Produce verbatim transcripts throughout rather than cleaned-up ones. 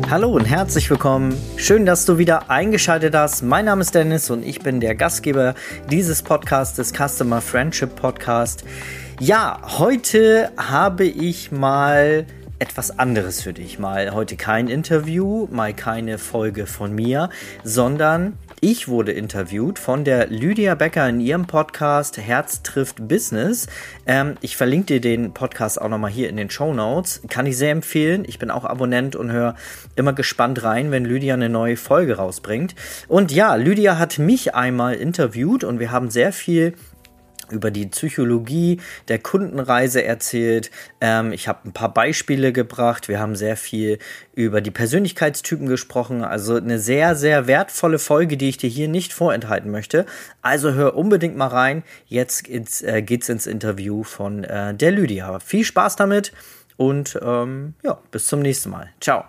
Hallo und herzlich willkommen. Schön, dass du wieder eingeschaltet hast. Mein Name ist Dennis und ich bin der Gastgeber dieses Podcasts, des Customer Friendship Podcast. Ja, heute habe ich mal etwas anderes für dich. Mal heute kein Interview, mal keine Folge von mir, sondern ich wurde interviewt von der Lydia Becker in ihrem Podcast Herz trifft Business. Ähm, ich verlinke dir den Podcast auch nochmal hier in den Shownotes. Kann ich sehr empfehlen. Ich bin auch Abonnent und höre immer gespannt rein, wenn Lydia eine neue Folge rausbringt. Und ja, Lydia hat mich einmal interviewt und wir haben sehr viel über die Psychologie der Kundenreise erzählt. Ähm, ich habe ein paar Beispiele gebracht. Wir haben sehr viel über die Persönlichkeitstypen gesprochen. Also eine sehr, sehr wertvolle Folge, die ich dir hier nicht vorenthalten möchte. Also hör unbedingt mal rein. Jetzt geht's, äh, geht's ins Interview von äh, der Lydia. Viel Spaß damit und ähm, ja, bis zum nächsten Mal. Ciao.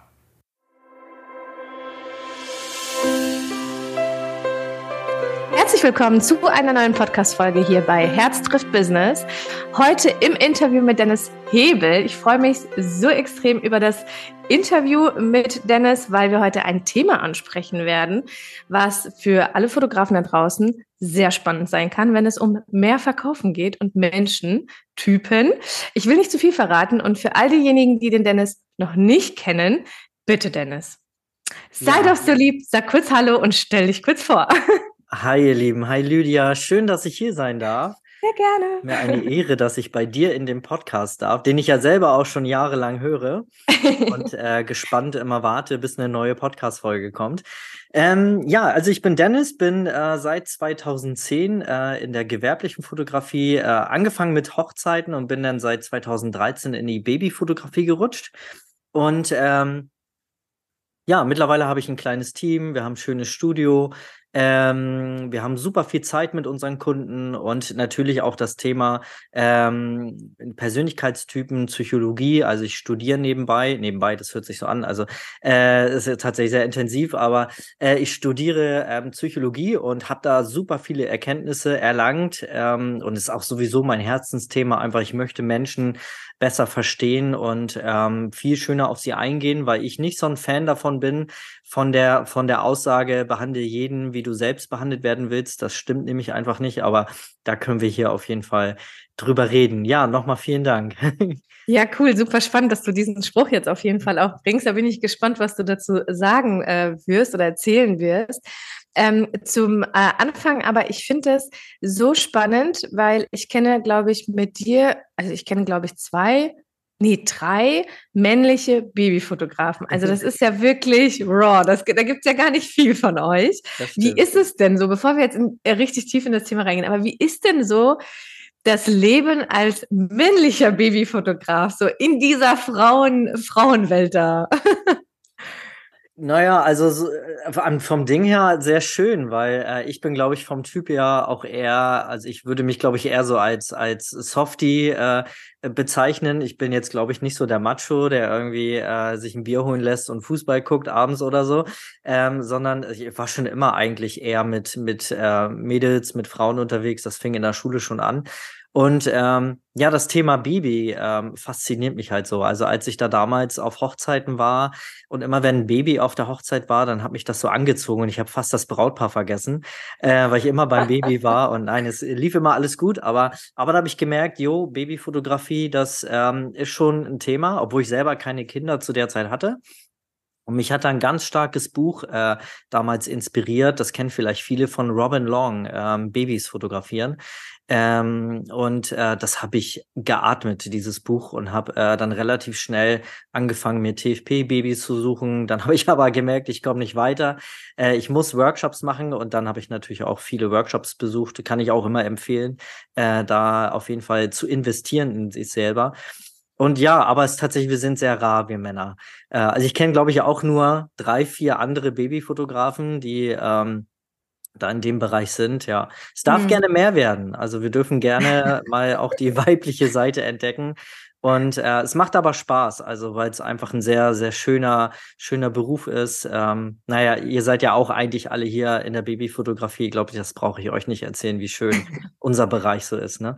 Herzlich willkommen zu einer neuen Podcast-Folge hier bei Herz trifft Business. Heute im Interview mit Dennis Hebel. Ich freue mich so extrem über das Interview mit Dennis, weil wir heute ein Thema ansprechen werden, was für alle Fotografen da draußen sehr spannend sein kann, wenn es um mehr Verkaufen geht und Menschentypen. Ich will nicht zu viel verraten und für all diejenigen, die den Dennis noch nicht kennen, bitte Dennis, sei Ja. doch so lieb, sag kurz Hallo und stell dich kurz vor. Hi ihr Lieben, hi Lydia, schön, dass ich hier sein darf. Sehr gerne. Mir eine Ehre, dass ich bei dir in dem Podcast darf, den ich ja selber auch schon jahrelang höre und äh, gespannt immer warte, bis eine neue Podcast-Folge kommt. Ähm, ja, also ich bin Dennis, bin äh, seit zweitausendzehn äh, in der gewerblichen Fotografie äh, angefangen mit Hochzeiten und bin dann seit zweitausenddreizehn in die Babyfotografie gerutscht und ähm, ja, mittlerweile habe ich ein kleines Team, wir haben ein schönes Studio, ähm, wir haben super viel Zeit mit unseren Kunden und natürlich auch das Thema ähm, Persönlichkeitstypen, Psychologie. Also ich studiere nebenbei, nebenbei, das hört sich so an, also äh, es ist tatsächlich sehr intensiv, aber äh, ich studiere ähm, Psychologie und habe da super viele Erkenntnisse erlangt ähm, und ist auch sowieso mein Herzensthema. Einfach, ich möchte Menschen besser verstehen und ähm, viel schöner auf sie eingehen, weil ich nicht so ein Fan davon bin, von der von der Aussage, behandle jeden, wie du selbst behandelt werden willst. Das stimmt nämlich einfach nicht, aber da können wir hier auf jeden Fall drüber reden. Ja, nochmal vielen Dank. Ja, cool, super spannend, dass du diesen Spruch jetzt auf jeden Fall auch bringst. Da bin ich gespannt, was du dazu sagen äh, wirst oder erzählen wirst. Ähm, zum äh, Anfang, aber ich finde es so spannend, weil ich kenne, glaube ich, mit dir, also ich kenne, glaube ich, zwei, nee, drei männliche Babyfotografen. Also das ist ja wirklich raw. Das, da gibt es ja gar nicht viel von euch. Wie ist es denn so, bevor wir jetzt in, äh, richtig tief in das Thema reingehen, aber wie ist denn so das Leben als männlicher Babyfotograf, so in dieser Frauen, Frauenwelt da? Naja, also so, äh, vom Ding her sehr schön, weil äh, ich bin, glaube ich, vom Typ ja auch eher, also ich würde mich, glaube ich, eher so als als Softie äh, bezeichnen. Ich bin jetzt, glaube ich, nicht so der Macho, der irgendwie äh, sich ein Bier holen lässt und Fußball guckt abends oder so, ähm, sondern ich war schon immer eigentlich eher mit mit äh, Mädels, mit Frauen unterwegs. Das fing in der Schule schon an. Und ähm, ja, das Thema Baby ähm, fasziniert mich halt so. Also als ich da damals auf Hochzeiten war und immer wenn ein Baby auf der Hochzeit war, dann hat mich das so angezogen und ich habe fast das Brautpaar vergessen, äh, weil ich immer beim Baby war und nein, es lief immer alles gut, aber aber da habe ich gemerkt, jo, Babyfotografie, das ähm, ist schon ein Thema, obwohl ich selber keine Kinder zu der Zeit hatte. Und mich hat da ein ganz starkes Buch äh, damals inspiriert, das kennen vielleicht viele, von Robin Long, ähm, Babys fotografieren. Ähm, und äh, das habe ich geatmet, dieses Buch, und habe äh, dann relativ schnell angefangen, mir T F P-Babys zu suchen. Dann habe ich aber gemerkt, ich komme nicht weiter. Äh, ich muss Workshops machen und dann habe ich natürlich auch viele Workshops besucht. Kann ich auch immer empfehlen, äh, da auf jeden Fall zu investieren in sich selber. Und ja, aber es ist tatsächlich, wir sind sehr rar, wir Männer. Äh, also ich kenne, glaube ich, auch nur drei, vier andere Babyfotografen, die ähm, da in dem Bereich sind. Ja, es darf Hm. gerne mehr werden. Also wir dürfen gerne mal auch die weibliche Seite entdecken. Und äh, es macht aber Spaß, also weil es einfach ein sehr, sehr schöner, schöner Beruf ist. Ähm, naja, ihr seid ja auch eigentlich alle hier in der Babyfotografie. Ich glaube, das brauche ich euch nicht erzählen, wie schön unser Bereich so ist, ne?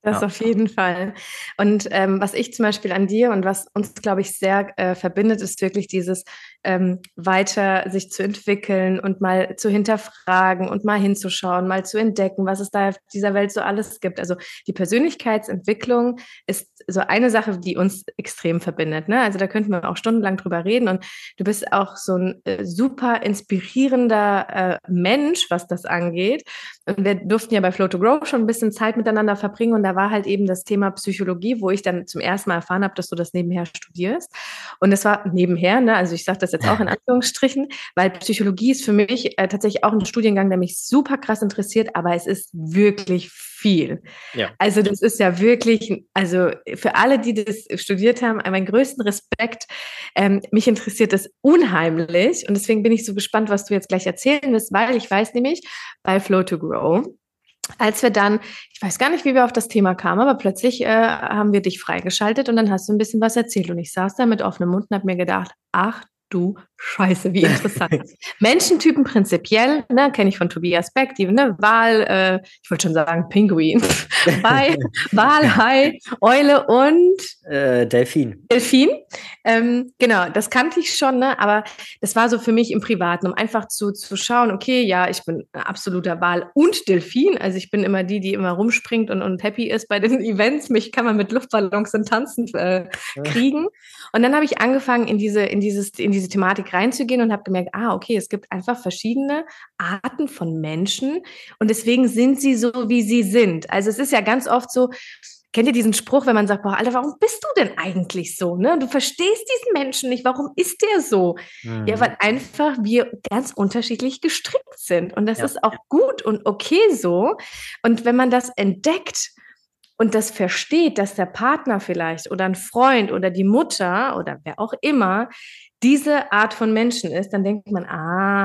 Das Ja. auf jeden Fall. Und ähm, was ich zum Beispiel an dir und was uns, glaube ich, sehr äh, verbindet, ist wirklich dieses ähm, weiter sich zu entwickeln und mal zu hinterfragen und mal hinzuschauen, mal zu entdecken, was es da auf dieser Welt so alles gibt. Also die Persönlichkeitsentwicklung ist so eine Sache, die uns extrem verbindet. Ne? Also da könnten wir auch stundenlang drüber reden. Und du bist auch so ein äh, super inspirierender äh, Mensch, was das angeht. Und wir durften ja bei Flow to Grow schon ein bisschen Zeit miteinander verbringen und da war halt eben das Thema Psychologie, wo ich dann zum ersten Mal erfahren habe, dass du das nebenher studierst. Und das war nebenher, ne? Also ich sage das jetzt auch in Anführungsstrichen, weil Psychologie ist für mich äh, tatsächlich auch ein Studiengang, der mich super krass interessiert, aber es ist wirklich viel. Ja. Also das ist ja wirklich, also für alle, die das studiert haben, meinen größten Respekt. Ähm, mich interessiert das unheimlich und deswegen bin ich so gespannt, was du jetzt gleich erzählen wirst, weil ich weiß nämlich, bei Flow to Grow, als wir dann, ich weiß gar nicht, wie wir auf das Thema kamen, aber plötzlich äh, haben wir dich freigeschaltet und dann hast du ein bisschen was erzählt und ich saß da mit offenem Mund und habe mir gedacht, ach du Scheiße, wie interessant. Menschentypen prinzipiell, ne, kenne ich von Tobias Beck, die ne, Wal, äh, ich wollte schon sagen Pinguin, Wal, Wal, Hai, Eule und Äh, Delfin. Delfin. Ähm, genau, das kannte ich schon, ne? Aber das war so für mich im Privaten, um einfach zu, zu schauen, okay, ja, ich bin ein absoluter Wal und Delfin. Also ich bin immer die, die immer rumspringt und, und happy ist bei den Events. Mich kann man mit Luftballons und Tanzen äh, kriegen. Und dann habe ich angefangen, in diese, in dieses, in diese Thematik reinzugehen und habe gemerkt, ah, okay, es gibt einfach verschiedene Arten von Menschen und deswegen sind sie so, wie sie sind. Also es ist ja ganz oft so, kennt ihr diesen Spruch, wenn man sagt, boah, Alter, warum bist du denn eigentlich so? Ne? Du verstehst diesen Menschen nicht. Warum ist der so? Mhm. Ja, weil einfach wir ganz unterschiedlich gestrickt sind. Und das ja. ist auch gut und okay so. Und wenn man das entdeckt und das versteht, dass der Partner vielleicht oder ein Freund oder die Mutter oder wer auch immer diese Art von Menschen ist, dann denkt man,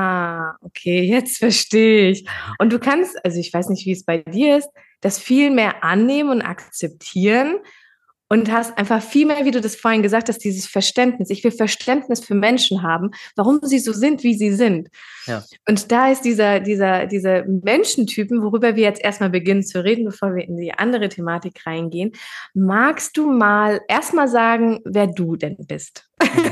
ah, okay, jetzt verstehe ich. Und du kannst, also ich weiß nicht, wie es bei dir ist, das viel mehr annehmen und akzeptieren und hast einfach viel mehr, wie du das vorhin gesagt hast, dieses Verständnis. Ich will Verständnis für Menschen haben, warum sie so sind, wie sie sind. Ja. Und da ist dieser, dieser, diese Menschentypen, worüber wir jetzt erstmal beginnen zu reden, bevor wir in die andere Thematik reingehen. Magst du mal erstmal sagen, wer du denn bist?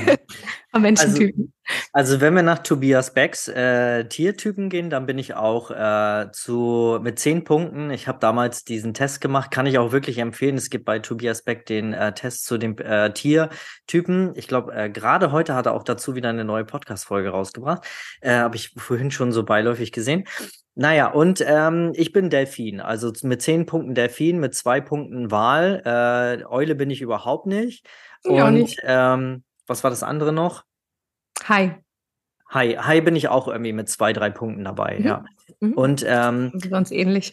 Von Menschentypen. Also, also wenn wir nach Tobias Becks äh, Tiertypen gehen, dann bin ich auch äh, zu mit zehn Punkten. Ich habe damals diesen Test gemacht, kann ich auch wirklich empfehlen. Es gibt bei Tobias Beck den äh, Test zu den äh, Tiertypen. Ich glaube, äh, gerade heute hat er auch dazu wieder eine neue Podcast-Folge rausgebracht. Äh, habe ich vorhin schon so beiläufig gesehen. Naja, und ähm, ich bin Delfin, also mit zehn Punkten Delfin, mit zwei Punkten Wal. Äh, Eule bin ich überhaupt nicht. Ja, und nicht. Ähm, was war das andere noch? Hai. Hai. Hai bin ich auch irgendwie mit zwei, drei Punkten dabei, mhm. ja. Mhm. Und ähm, sonst ähnlich.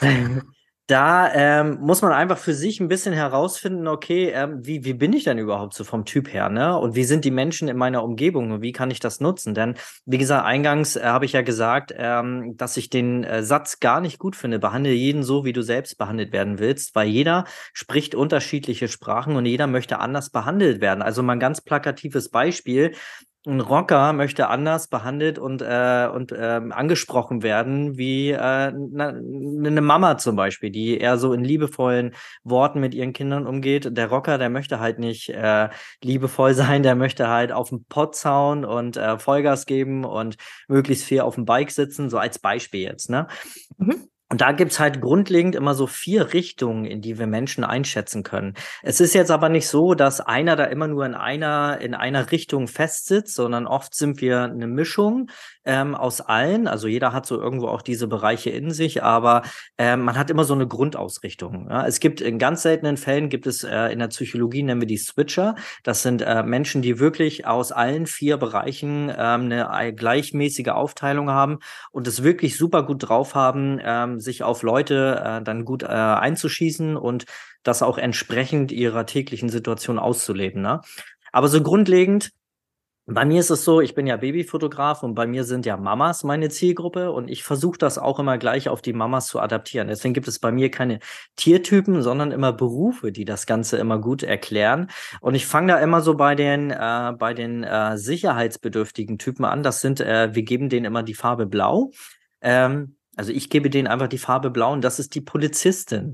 Da ähm, muss man einfach für sich ein bisschen herausfinden, okay, ähm, wie, wie bin ich denn überhaupt so vom Typ her, ne? Und wie sind die Menschen in meiner Umgebung und wie kann ich das nutzen? Denn, wie gesagt, eingangs äh, habe ich ja gesagt, ähm, dass ich den äh, Satz gar nicht gut finde, behandle jeden so, wie du selbst behandelt werden willst, weil jeder spricht unterschiedliche Sprachen und jeder möchte anders behandelt werden. Also mal ein ganz plakatives Beispiel. Ein Rocker möchte anders behandelt und, äh, und ähm, angesprochen werden wie äh, eine Mama zum Beispiel, die eher so in liebevollen Worten mit ihren Kindern umgeht. Der Rocker, der möchte halt nicht äh, liebevoll sein, der möchte halt auf den Pott hauen und äh, Vollgas geben und möglichst viel auf dem Bike sitzen, so als Beispiel jetzt, ne? Mhm. Und da gibt's halt grundlegend immer so vier Richtungen, in die wir Menschen einschätzen können. Es ist jetzt aber nicht so, dass einer da immer nur in einer, in einer Richtung festsitzt, sondern oft sind wir eine Mischung ähm, aus allen. Also jeder hat so irgendwo auch diese Bereiche in sich, aber ähm, man hat immer so eine Grundausrichtung. Ja? Es gibt in ganz seltenen Fällen, gibt es äh, in der Psychologie, nennen wir die Switcher. Das sind äh, Menschen, die wirklich aus allen vier Bereichen ähm, eine gleichmäßige Aufteilung haben und es wirklich super gut drauf haben, ähm, sich auf Leute äh, dann gut äh, einzuschießen und das auch entsprechend ihrer täglichen Situation auszuleben. Ne? Aber so grundlegend, bei mir ist es so, ich bin ja Babyfotograf und bei mir sind ja Mamas meine Zielgruppe und ich versuche das auch immer gleich auf die Mamas zu adaptieren. Deswegen gibt es bei mir keine Tiertypen, sondern immer Berufe, die das Ganze immer gut erklären. Und ich fange da immer so bei den äh, bei den äh, sicherheitsbedürftigen Typen an. Das sind, äh, wir geben denen immer die Farbe Blau. Ähm, Also ich gebe denen einfach die Farbe Blau und das ist die Polizistin.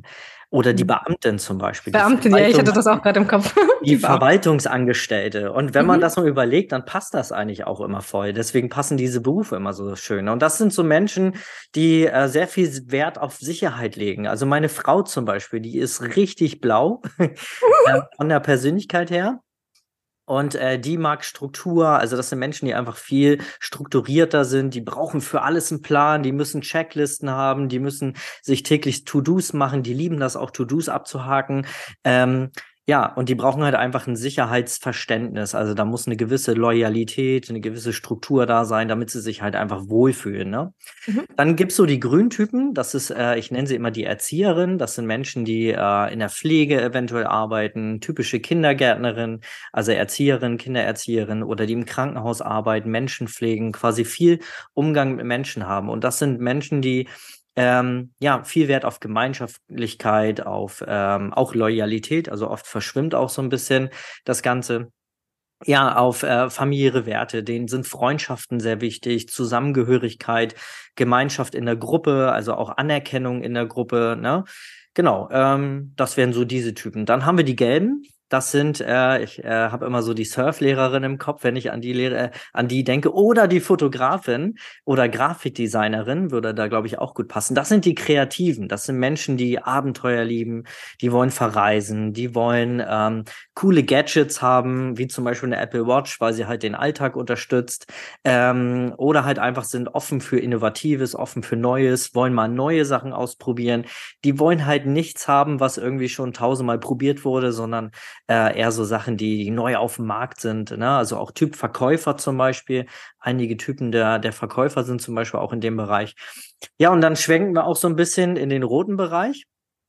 Oder die Beamtin zum Beispiel. Die Beamtin, ja, ich hatte das auch gerade im Kopf. Die, die Verwaltungsangestellte. Und wenn man das so überlegt, dann passt das eigentlich auch immer voll. Deswegen passen diese Berufe immer so schön. Und das sind so Menschen, die äh, sehr viel Wert auf Sicherheit legen. Also meine Frau zum Beispiel, die ist richtig blau äh, von der Persönlichkeit her. Und äh, die mag Struktur, also das sind Menschen, die einfach viel strukturierter sind, die brauchen für alles einen Plan, die müssen Checklisten haben, die müssen sich täglich To-Dos machen, die lieben das auch, To-Dos abzuhaken. Ähm, ja, und die brauchen halt einfach ein Sicherheitsverständnis. Also da muss eine gewisse Loyalität, eine gewisse Struktur da sein, damit sie sich halt einfach wohlfühlen, ne? Mhm. Dann gibt's so die Grüntypen, das ist, äh, ich nenne sie immer die Erzieherin, das sind Menschen, die äh, in der Pflege eventuell arbeiten, typische Kindergärtnerin, also Erzieherin, Kindererzieherin oder die im Krankenhaus arbeiten, Menschen pflegen, quasi viel Umgang mit Menschen haben. Und das sind Menschen, die ähm, ja viel Wert auf Gemeinschaftlichkeit, auf ähm, auch Loyalität, also oft verschwimmt auch so ein bisschen das Ganze. Ja, auf äh, familiäre Werte, denen sind Freundschaften sehr wichtig, Zusammengehörigkeit, Gemeinschaft in der Gruppe, also auch Anerkennung in der Gruppe, ne? Genau, ähm, das wären so diese Typen. Dann haben wir die Gelben. Das sind, äh, ich äh, habe immer so die Surflehrerin im Kopf, wenn ich an die Lehre, äh, an die denke, oder die Fotografin oder Grafikdesignerin würde da, glaube ich, auch gut passen. Das sind die Kreativen. Das sind Menschen, die Abenteuer lieben, die wollen verreisen, die wollen ähm, coole Gadgets haben, wie zum Beispiel eine Apple Watch, weil sie halt den Alltag unterstützt, ähm, oder halt einfach sind offen für Innovatives, offen für Neues, wollen mal neue Sachen ausprobieren. Die wollen halt nichts haben, was irgendwie schon tausendmal probiert wurde, sondern äh, eher so Sachen, die, die neu auf dem Markt sind, ne? Also auch Typ Verkäufer zum Beispiel. Einige Typen der, der Verkäufer sind zum Beispiel auch in dem Bereich. Ja, und dann schwenken wir auch so ein bisschen in den roten Bereich.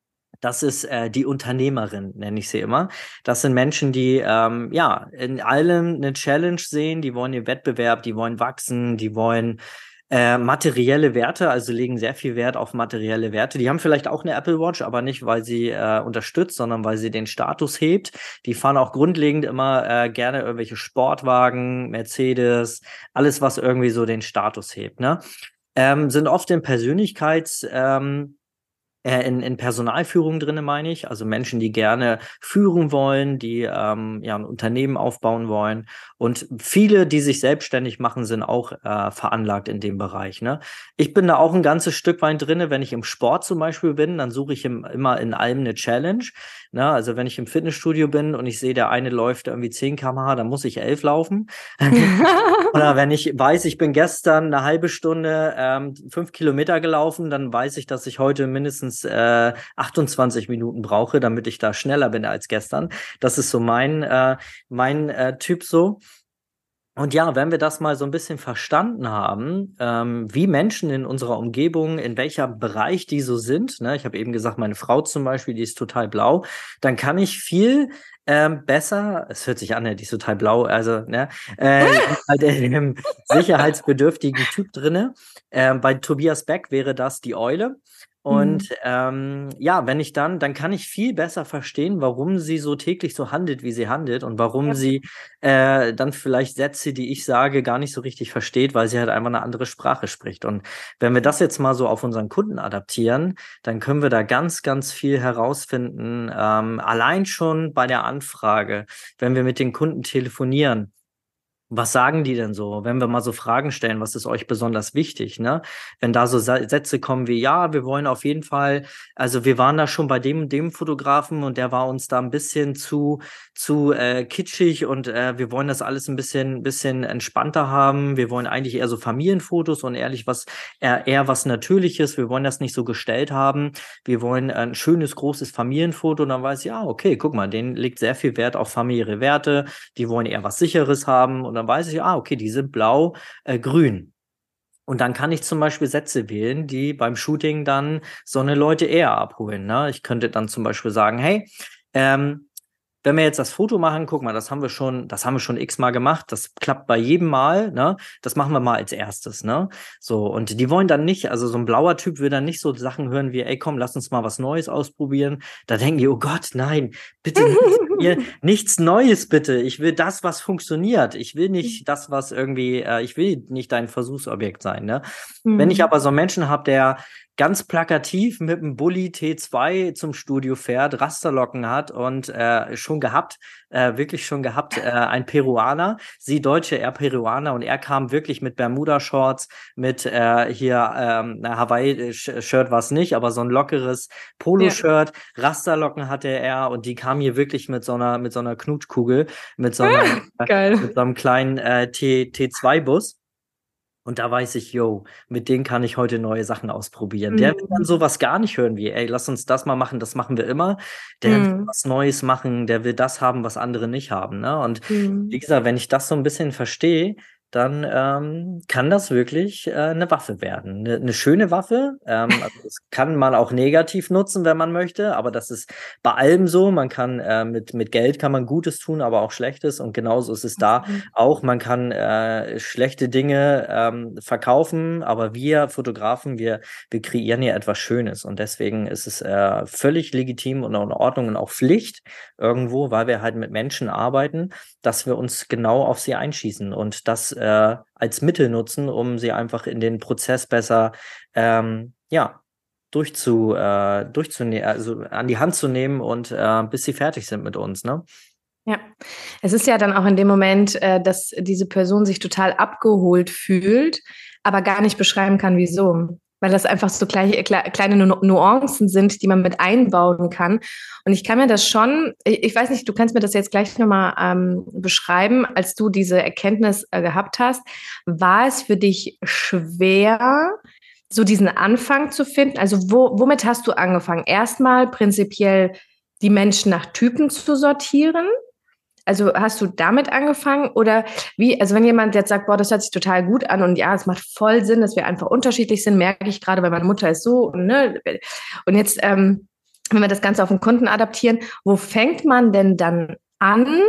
Das ist äh, die Unternehmerin, nenne ich sie immer. Das sind Menschen, die ähm, ja in allem eine Challenge sehen, die wollen den Wettbewerb, die wollen wachsen, die wollen äh, materielle Werte, also legen sehr viel Wert auf materielle Werte. Die haben vielleicht auch eine Apple Watch, aber nicht, weil sie äh, unterstützt, sondern weil sie den Status hebt. Die fahren auch grundlegend immer äh, gerne irgendwelche Sportwagen, Mercedes, alles, was irgendwie so den Status hebt, ne? Ähm, sind oft in Persönlichkeits ähm, äh, in, in Personalführung drinne, meine ich. Also Menschen, die gerne führen wollen, die ähm, ja ein Unternehmen aufbauen wollen. Und viele, die sich selbstständig machen, sind auch äh, veranlagt in dem Bereich, ne? Ich bin da auch ein ganzes Stück weit drinne. Wenn ich im Sport zum Beispiel bin, dann suche ich im, immer in allem eine Challenge. Ne? Also wenn ich im Fitnessstudio bin und ich sehe, der eine läuft irgendwie zehn Kilometer pro Stunde, dann muss ich elf laufen. Oder wenn ich weiß, ich bin gestern eine halbe Stunde ähm, fünf Kilometer gelaufen, dann weiß ich, dass ich heute mindestens äh, achtundzwanzig Minuten brauche, damit ich da schneller bin als gestern. Das ist so mein, äh, mein äh, Typ so. Und ja, wenn wir das mal so ein bisschen verstanden haben, ähm, wie Menschen in unserer Umgebung, in welcher Bereich die so sind, ne? Ich habe eben gesagt, meine Frau zum Beispiel, die ist total blau, dann kann ich viel ähm, besser, es hört sich an, ne, die ist total blau, also ne, äh, halt in einem sicherheitsbedürftigen Typ drinne. Ähm, bei Tobias Beck wäre das die Eule. Und Mhm. ähm, ja, wenn ich dann, dann kann ich viel besser verstehen, warum sie so täglich so handelt, wie sie handelt und warum Ja. sie äh, dann vielleicht Sätze, die ich sage, gar nicht so richtig versteht, weil sie halt einfach eine andere Sprache spricht. Und wenn wir das jetzt mal so auf unseren Kunden adaptieren, dann können wir da ganz, ganz viel herausfinden. Ähm, allein schon bei der Anfrage, wenn wir mit den Kunden telefonieren. Was sagen die denn so, wenn wir mal so Fragen stellen, was ist euch besonders wichtig, ne? Wenn da so Sa- Sätze kommen wie, ja, wir wollen auf jeden Fall, also wir waren da schon bei dem und dem Fotografen und der war uns da ein bisschen zu, zu äh, kitschig und äh, wir wollen das alles ein bisschen, bisschen entspannter haben. Wir wollen eigentlich eher so Familienfotos und ehrlich was, eher, eher was Natürliches. Wir wollen das nicht so gestellt haben. Wir wollen ein schönes, großes Familienfoto und dann weiß ich, ja, okay, guck mal, denen liegt sehr viel Wert auf familiäre Werte. Die wollen eher was Sicheres haben und dann weiß ich, ah, okay, die sind blau, äh, grün. Und dann kann ich zum Beispiel Sätze wählen, die beim Shooting dann so eine Leute eher abholen, ne? Ich könnte dann zum Beispiel sagen, hey, ähm, wenn wir jetzt das Foto machen, guck mal, das haben wir schon, das haben wir schon x-mal gemacht, das klappt bei jedem Mal, ne? Das machen wir mal als erstes, ne? So, und die wollen dann nicht, also so ein blauer Typ will dann nicht so Sachen hören wie, ey, komm, lass uns mal was Neues ausprobieren. Da denken die, oh Gott, nein, bitte nicht. mir nichts Neues bitte. Ich will das, was funktioniert. Ich will nicht das, was irgendwie, äh, ich will nicht dein Versuchsobjekt sein, ne? Wenn ich Mhm. aber so einen Menschen habe, der ganz plakativ mit einem Bulli T zwei zum Studio fährt, Rasterlocken hat und äh, schon gehabt, äh, wirklich schon gehabt, äh, ein Peruaner, sie Deutsche, er Peruaner und er kam wirklich mit Bermuda-Shorts, mit äh, hier, ähm, na, Hawaii-Shirt war es nicht, aber so ein lockeres Ja. Poloshirt, Rasterlocken hatte er und die kam hier wirklich mit so einer, mit so einer Knutschkugel, mit so einer, äh, mit Geil. so einem kleinen äh, T, T2-Bus. Und da weiß ich, yo, mit denen kann ich heute neue Sachen ausprobieren. Der will dann Mhm. sowas gar nicht hören wie, ey, lass uns das mal machen, das machen wir immer. Der will Mhm. was Neues machen, der will das haben, was andere nicht haben, ne? Und wie Mhm. gesagt, wenn ich das so ein bisschen verstehe, dann ähm, kann das wirklich äh, eine Waffe werden. Eine, eine schöne Waffe. Ähm, also das kann man auch negativ nutzen, wenn man möchte, aber das ist bei allem so. Man kann äh, mit, mit Geld kann man Gutes tun, aber auch Schlechtes. Und genauso ist es da auch. Man kann äh, schlechte Dinge ähm, verkaufen, aber wir Fotografen, wir, wir kreieren ja etwas Schönes. Und deswegen ist es äh, völlig legitim und auch in Ordnung und auch Pflicht irgendwo, weil wir halt mit Menschen arbeiten, dass wir uns genau auf sie einschießen und das äh, als Mittel nutzen, um sie einfach in den Prozess besser ähm, ja, durchzu, äh, durchzunehmen, also an die Hand zu nehmen und äh, bis sie fertig sind mit uns, ne? Ja, es ist ja dann auch in dem Moment, äh, dass diese Person sich total abgeholt fühlt, aber gar nicht beschreiben kann, wieso. Weil das einfach so kleine, kleine Nu- Nuancen sind, die man mit einbauen kann. Und ich kann mir das schon, ich ich weiß nicht, du kannst mir das jetzt gleich nochmal ähm, beschreiben, als du diese Erkenntnis äh, gehabt hast. War es für dich schwer, so diesen Anfang zu finden? Also wo, womit hast du angefangen? Erstmal prinzipiell die Menschen nach Typen zu sortieren? Also hast du damit angefangen oder wie, also wenn jemand jetzt sagt, boah, das hört sich total gut an und ja, es macht voll Sinn, dass wir einfach unterschiedlich sind, merke ich gerade, weil meine Mutter ist so und ne, und jetzt, ähm, wenn wir das Ganze auf den Kunden adaptieren, wo fängt man denn dann an,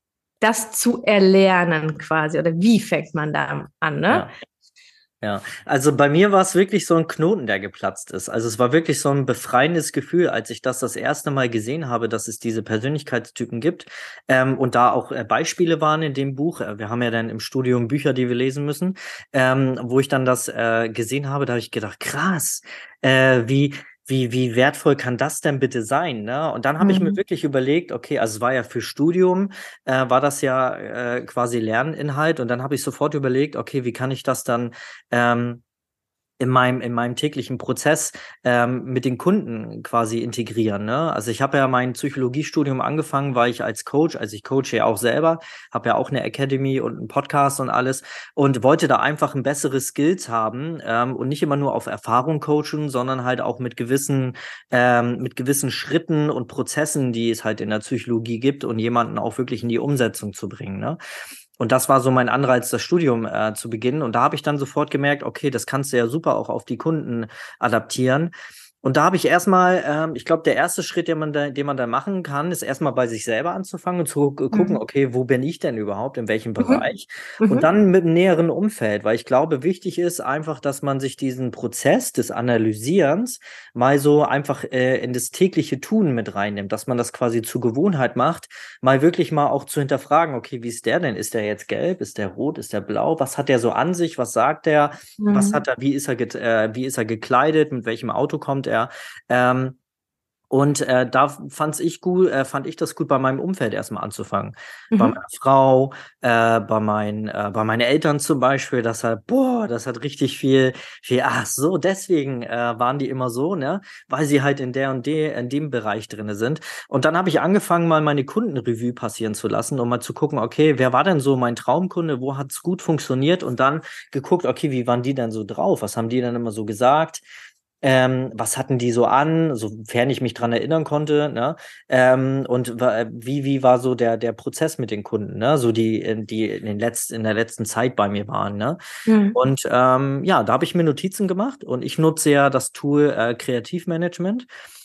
das zu erlernen quasi oder wie fängt man da an, ne? Ja. Ja, also bei mir war es wirklich so ein Knoten, der geplatzt ist. Also es war wirklich so ein befreiendes Gefühl, als ich das das erste Mal gesehen habe, dass es diese Persönlichkeitstypen gibt ähm, und da auch äh, Beispiele waren in dem Buch. Äh, Wir haben ja dann im Studium Bücher, die wir lesen müssen, ähm, wo ich dann das äh, gesehen habe, da habe ich gedacht, krass, äh, wie Wie, wie wertvoll kann das denn bitte sein, ne? Und dann habe ich mir Mhm. wirklich überlegt, okay, also es war ja für Studium, äh, war das ja äh, quasi Lerninhalt und dann habe ich sofort überlegt, okay, wie kann ich das dann ähm, in meinem, in meinem täglichen Prozess ähm, mit den Kunden quasi integrieren. Ne? Also ich habe ja mein Psychologiestudium angefangen, weil ich als Coach, also ich coache ja auch selber, habe ja auch eine Academy und einen Podcast und alles und wollte da einfach ein besseres Skills haben ähm, und nicht immer nur auf Erfahrung coachen, sondern halt auch mit gewissen, ähm, mit gewissen Schritten und Prozessen, die es halt in der Psychologie gibt und jemanden auch wirklich in die Umsetzung zu bringen. Ne? Und das war so mein Anreiz, das Studium äh, zu beginnen. Und da habe ich dann sofort gemerkt, okay, das kannst du ja super auch auf die Kunden adaptieren. Und da habe ich erstmal, ähm, ich glaube, der erste Schritt, den man da, den man da machen kann, ist erstmal bei sich selber anzufangen und zu gu- gucken, Mhm. okay, wo bin ich denn überhaupt, in welchem Mhm. Bereich? Und Mhm. dann mit dem näheren Umfeld, weil ich glaube, wichtig ist einfach, dass man sich diesen Prozess des Analysierens mal so einfach äh, in das tägliche Tun mit reinnimmt, dass man das quasi zur Gewohnheit macht, mal wirklich mal auch zu hinterfragen, okay, wie ist der denn? Ist der jetzt gelb? Ist der rot? Ist der blau? Was hat der so an sich? Was sagt der? Was Mhm. hat er, wie ist er, get, äh, wie ist er gekleidet? Mit welchem Auto kommt er? Ähm, und äh, da fand's ich gut, äh, fand ich das gut, bei meinem Umfeld erstmal anzufangen. Bei meiner Mhm. Frau, äh, bei meinen, äh, bei meinen Eltern zum Beispiel, das hat, boah, das hat richtig viel, viel, ach so, deswegen äh, waren die immer so, ne? Weil sie halt in der und der, in dem Bereich drinne sind. Und dann habe ich angefangen, mal meine Kundenrevue passieren zu lassen, um mal zu gucken, okay, wer war denn so mein Traumkunde, wo hat's gut funktioniert? Und dann geguckt, okay, wie waren die denn so drauf? Was haben die denn immer so gesagt? Ähm, was hatten die so an, sofern ich mich dran erinnern konnte, ne? Ähm, und wa- wie, wie war so der, der Prozess mit den Kunden, ne? So die, äh, die in den letzten, in der letzten Zeit bei mir waren, ne? Mhm. Und ähm, ja, da habe ich mir Notizen gemacht und ich nutze ja das Tool äh, Kreativmanagement.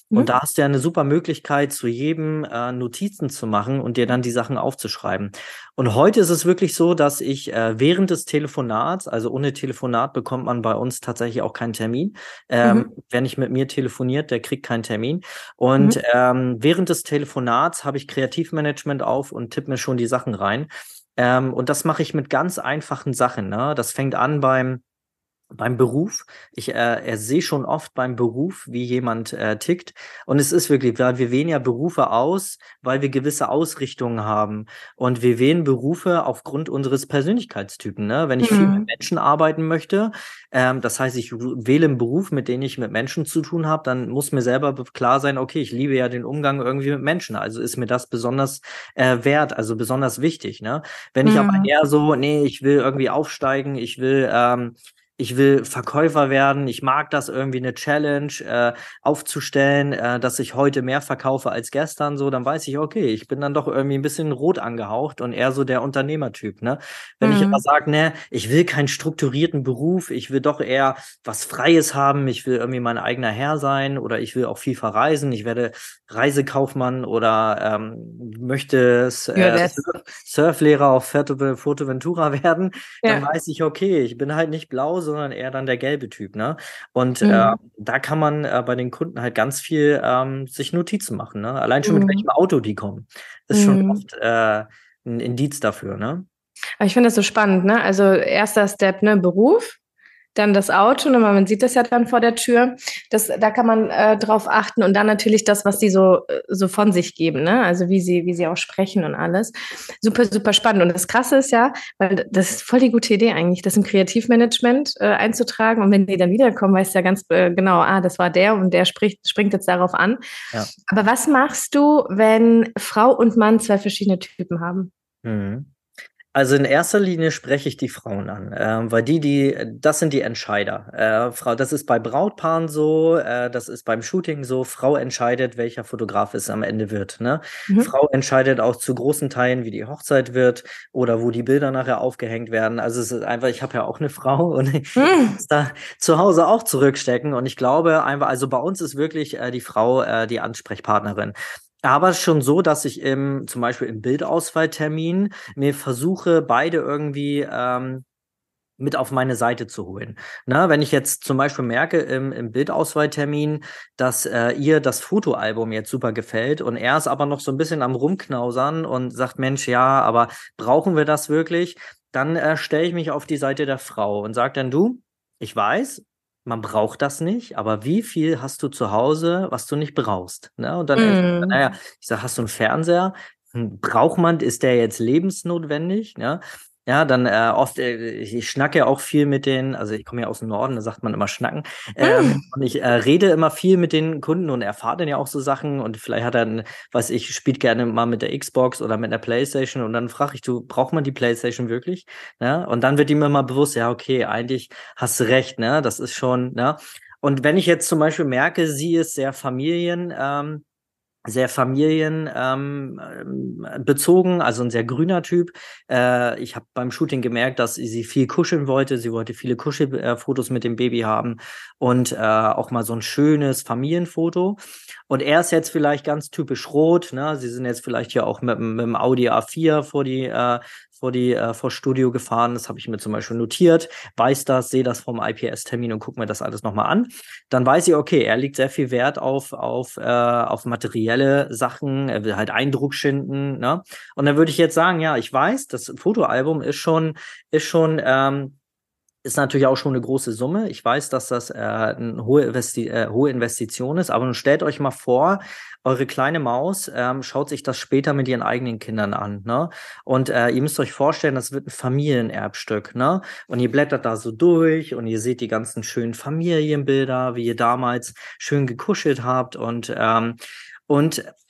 Und Mhm. da hast du ja eine super Möglichkeit, zu jedem äh, Notizen zu machen und dir dann die Sachen aufzuschreiben. Und heute ist es wirklich so, dass ich äh, während des Telefonats, also ohne Telefonat bekommt man bei uns tatsächlich auch keinen Termin. Ähm, Mhm. wer nicht mit mir telefoniert, der kriegt keinen Termin. Und Mhm. ähm, während des Telefonats habe ich Kreativmanagement auf und tippe mir schon die Sachen rein. Ähm, und das mache ich mit ganz einfachen Sachen, ne? Das fängt an beim beim Beruf. Ich äh, äh, sehe schon oft beim Beruf, wie jemand äh, tickt. Und es ist wirklich, weil wir wählen ja Berufe aus, weil wir gewisse Ausrichtungen haben. Und wir wählen Berufe aufgrund unseres Persönlichkeitstypen. Ne? Wenn ich viel mit Mhm. Menschen arbeiten möchte, ähm, das heißt, ich wähle einen Beruf, mit dem ich mit Menschen zu tun habe, dann muss mir selber be- klar sein, okay, ich liebe ja den Umgang irgendwie mit Menschen. Also ist mir das besonders äh, wert, also besonders wichtig. Ne? Wenn ich aber Mhm. eher so, nee, ich will irgendwie aufsteigen, ich will ähm, ich will Verkäufer werden. Ich mag das irgendwie eine Challenge äh, aufzustellen, äh, dass ich heute mehr verkaufe als gestern. So, dann weiß ich, okay, ich bin dann doch irgendwie ein bisschen rot angehaucht und eher so der Unternehmertyp. Ne? Wenn ich aber Mhm. sage, ne, ich will keinen strukturierten Beruf, ich will doch eher was Freies haben. Ich will irgendwie mein eigener Herr sein oder ich will auch viel verreisen. Ich werde Reisekaufmann oder ähm, möchte Ja, äh, das. Surf Surflehrer auf Fuerteventura Fuerteventura werden, dann Ja. weiß ich, okay, ich bin halt nicht blau, sondern eher dann der gelbe Typ, ne? Und äh, Mhm. da kann man äh, bei den Kunden halt ganz viel ähm, sich Notizen machen, ne? Allein schon mit welchem Mhm. Auto die kommen, ist schon Mhm. oft äh, ein Indiz dafür, ne? Aber ich finde das so spannend, ne? Also erster Step, ne, Beruf, dann das Auto, ne, man sieht das ja dann vor der Tür. Das, da kann man äh, drauf achten und dann natürlich das, was sie so, äh, so von sich geben, ne? Also wie sie, wie sie auch sprechen und alles. Super, super spannend. Und das Krasse ist ja, weil das ist voll die gute Idee eigentlich, das im Kreativmanagement äh, einzutragen. Und wenn die dann wiederkommen, weißt du ja ganz äh, genau, ah, das war der und der spricht, springt jetzt darauf an. Ja. Aber was machst du, wenn Frau und Mann zwei verschiedene Typen haben? Mhm. Also in erster Linie spreche ich die Frauen an, ähm, weil die, die, das sind die Entscheider. Äh, Frau, das ist bei Brautpaaren so, äh, das ist beim Shooting so. Frau entscheidet, welcher Fotograf es am Ende wird. Ne? Mhm. Frau entscheidet auch zu großen Teilen, wie die Hochzeit wird oder wo die Bilder nachher aufgehängt werden. Also es ist einfach, ich habe ja auch eine Frau und ich Mhm. muss da zu Hause auch zurückstecken. Und ich glaube einfach, also bei uns ist wirklich äh, die Frau äh, die Ansprechpartnerin. Aber schon so, dass ich im, zum Beispiel im Bildauswahltermin mir versuche, beide irgendwie ähm, mit auf meine Seite zu holen. Na, wenn ich jetzt zum Beispiel merke im, im Bildauswahltermin, dass äh, ihr das Fotoalbum jetzt super gefällt und er ist aber noch so ein bisschen am Rumknausern und sagt, Mensch, ja, aber brauchen wir das wirklich? Dann äh, stelle ich mich auf die Seite der Frau und sage dann, du, ich weiß, man braucht das nicht, aber wie viel hast du zu Hause, was du nicht brauchst? Ne? Und dann, naja, Mhm. ich sage, hast du einen Fernseher? Hm, braucht man, ist der jetzt lebensnotwendig? Ne? Ja, dann äh, oft, äh, ich, ich schnacke ja auch viel mit den, also ich komme ja aus dem Norden, da sagt man immer schnacken. Ähm, Mhm. und ich äh, rede immer viel mit den Kunden und erfahre dann ja auch so Sachen und vielleicht hat er, ein, was ich, spielt gerne mal mit der Xbox oder mit der Playstation und dann frage ich, du, braucht man die Playstation wirklich? Ja, und dann wird ihm immer bewusst, ja, okay, eigentlich hast du recht, ne? Das ist schon, ne? Und wenn ich jetzt zum Beispiel merke, sie ist sehr Familien, ähm, sehr familienbezogen, ähm, ähm, bezogen, also ein sehr grüner Typ. Äh, ich habe beim Shooting gemerkt, dass sie viel kuscheln wollte. Sie wollte viele Kuschelfotos mit dem Baby haben und äh, auch mal so ein schönes Familienfoto. Und er ist jetzt vielleicht ganz typisch rot. Ne? Sie sind jetzt vielleicht ja auch mit, mit dem Audi A vier vor die äh, vor die äh, vor Studio gefahren. Das habe ich mir zum Beispiel notiert. Weiß das, sehe das vom I P S-Termin und gucke mir das alles nochmal an. Dann weiß ich, okay, er legt sehr viel Wert auf, auf, äh, auf materielle Sachen, er will halt Eindruck schinden, ne? Und dann würde ich jetzt sagen, ja, ich weiß, das Fotoalbum ist schon, ist schon, ähm, ist natürlich auch schon eine große Summe. Ich weiß, dass das äh, eine hohe, Investi äh, hohe Investition ist, aber nun stellt euch mal vor, eure kleine Maus ähm, schaut sich das später mit ihren eigenen Kindern an, ne? Und äh, ihr müsst euch vorstellen, das wird ein Familienerbstück, ne? Und ihr blättert da so durch und ihr seht die ganzen schönen Familienbilder, wie ihr damals schön gekuschelt habt und ähm, und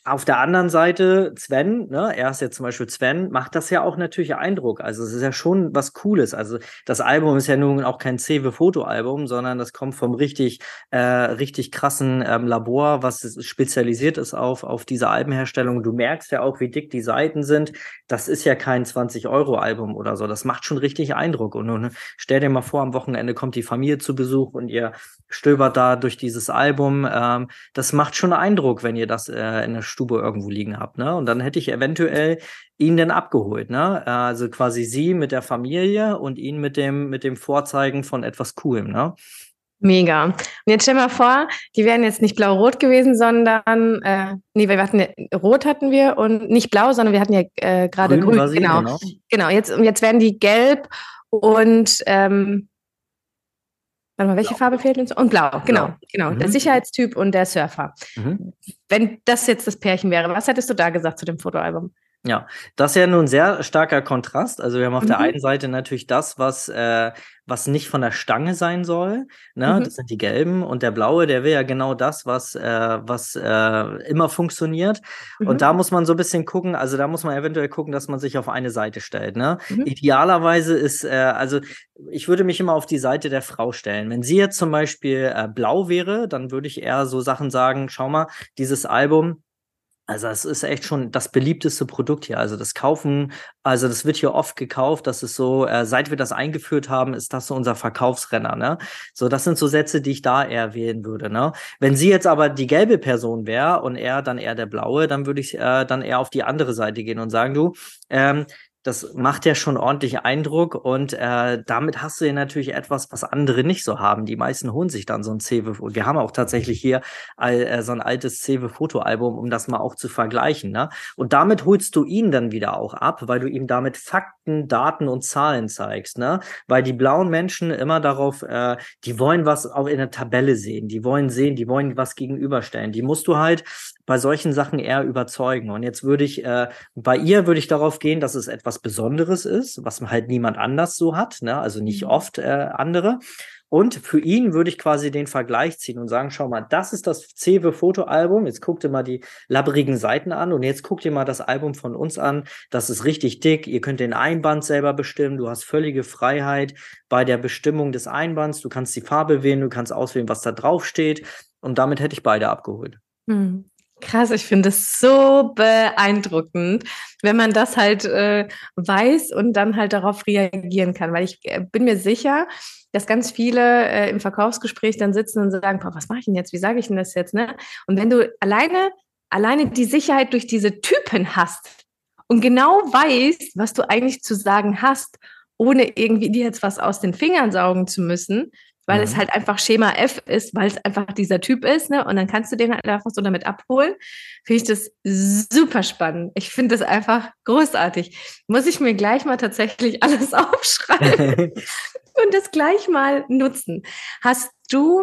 Auf der anderen Seite, Sven, ne, er ist jetzt zum Beispiel Sven, macht das ja auch natürlich Eindruck. Also es ist ja schon was Cooles. Also das Album ist ja nun auch kein Cewe-Fotoalbum, sondern das kommt vom richtig, äh, richtig krassen ähm, Labor, was spezialisiert ist auf, auf diese Albenherstellung. Du merkst ja auch, wie dick die Seiten sind. Das ist ja kein zwanzig-Euro-Album oder so. Das macht schon richtig Eindruck. Und nun stell dir mal vor, am Wochenende kommt die Familie zu Besuch und ihr stöbert da durch dieses Album. Ähm, das macht schon Eindruck, wenn ihr das äh, in der Stube irgendwo liegen habt, ne? Und dann hätte ich eventuell ihn dann abgeholt, ne? Also quasi sie mit der Familie und ihn mit dem, mit dem Vorzeigen von etwas Coolem, ne? Mega. Und jetzt stell mal vor, die wären jetzt nicht blau-rot gewesen, sondern, äh, nee, wir hatten, rot hatten wir und nicht blau, sondern wir hatten ja äh, gerade Grün grün. war sie, Genau. genau. Genau, jetzt, jetzt werden die gelb und, ähm, warte mal, welche Blau. Farbe fehlt uns? Und blau, genau, Blau. genau. Mhm. Der Sicherheitstyp und der Surfer. Mhm. Wenn das jetzt das Pärchen wäre, was hättest du da gesagt zu dem Fotoalbum? Ja, das ist ja nun sehr starker Kontrast. Also wir haben auf Mhm. der einen Seite natürlich das, was, äh, was nicht von der Stange sein soll, ne? Mhm. Das sind die gelben. Und der blaue, der will ja genau das, was, äh, was äh, immer funktioniert. Mhm. Und da muss man so ein bisschen gucken, also da muss man eventuell gucken, dass man sich auf eine Seite stellt, ne? Mhm. Idealerweise ist, äh, also ich würde mich immer auf die Seite der Frau stellen. Wenn sie jetzt zum Beispiel äh, blau wäre, dann würde ich eher so Sachen sagen, schau mal, dieses Album, also es ist echt schon das beliebteste Produkt hier. Also das Kaufen, also das wird hier oft gekauft. Das ist so, äh, seit wir das eingeführt haben, ist das so unser Verkaufsrenner, ne? So, das sind so Sätze, die ich da eher wählen würde, ne? Wenn sie jetzt aber die gelbe Person wäre und er dann eher der blaue, dann würde ich äh, dann eher auf die andere Seite gehen und sagen, du, ähm, das macht ja schon ordentlich Eindruck und äh, damit hast du ja natürlich etwas, was andere nicht so haben. Die meisten holen sich dann so ein Cewe. Und wir haben auch tatsächlich hier all, äh, so ein altes Cewe-Fotoalbum, um das mal auch zu vergleichen. Ne? Und damit holst du ihn dann wieder auch ab, weil du ihm damit Fakten, Daten und Zahlen zeigst. Ne? Weil die blauen Menschen immer darauf, äh, die wollen was auch in der Tabelle sehen. Die wollen sehen, die wollen was gegenüberstellen. Die musst du halt bei solchen Sachen eher überzeugen. Und jetzt würde ich, äh, bei ihr würde ich darauf gehen, dass es etwas Besonderes ist, was halt niemand anders so hat, ne? Also nicht oft äh, andere. Und für ihn würde ich quasi den Vergleich ziehen und sagen, schau mal, das ist das Cewe-Fotoalbum. Jetzt guck dir mal die labbrigen Seiten an und jetzt guck dir mal das Album von uns an. Das ist richtig dick. Ihr könnt den Einband selber bestimmen. Du hast völlige Freiheit bei der Bestimmung des Einbands. Du kannst die Farbe wählen, du kannst auswählen, was da drauf steht. Und damit hätte ich beide abgeholt. Hm. Krass, ich finde es so beeindruckend, wenn man das halt äh, weiß und dann halt darauf reagieren kann. Weil ich äh, bin mir sicher, dass ganz viele äh, im Verkaufsgespräch dann sitzen und sagen, boah, was mache ich denn jetzt? Wie sage ich denn das jetzt? Ne? Und wenn du alleine, alleine die Sicherheit durch diese Typen hast und genau weißt, was du eigentlich zu sagen hast, ohne irgendwie dir jetzt was aus den Fingern saugen zu müssen, weil mhm. es halt einfach Schema F ist, weil es einfach dieser Typ ist, ne? Und dann kannst du den halt einfach so damit abholen. Finde ich das super spannend. Ich finde das einfach großartig. Muss ich mir gleich mal tatsächlich alles aufschreiben und das gleich mal nutzen. Hast du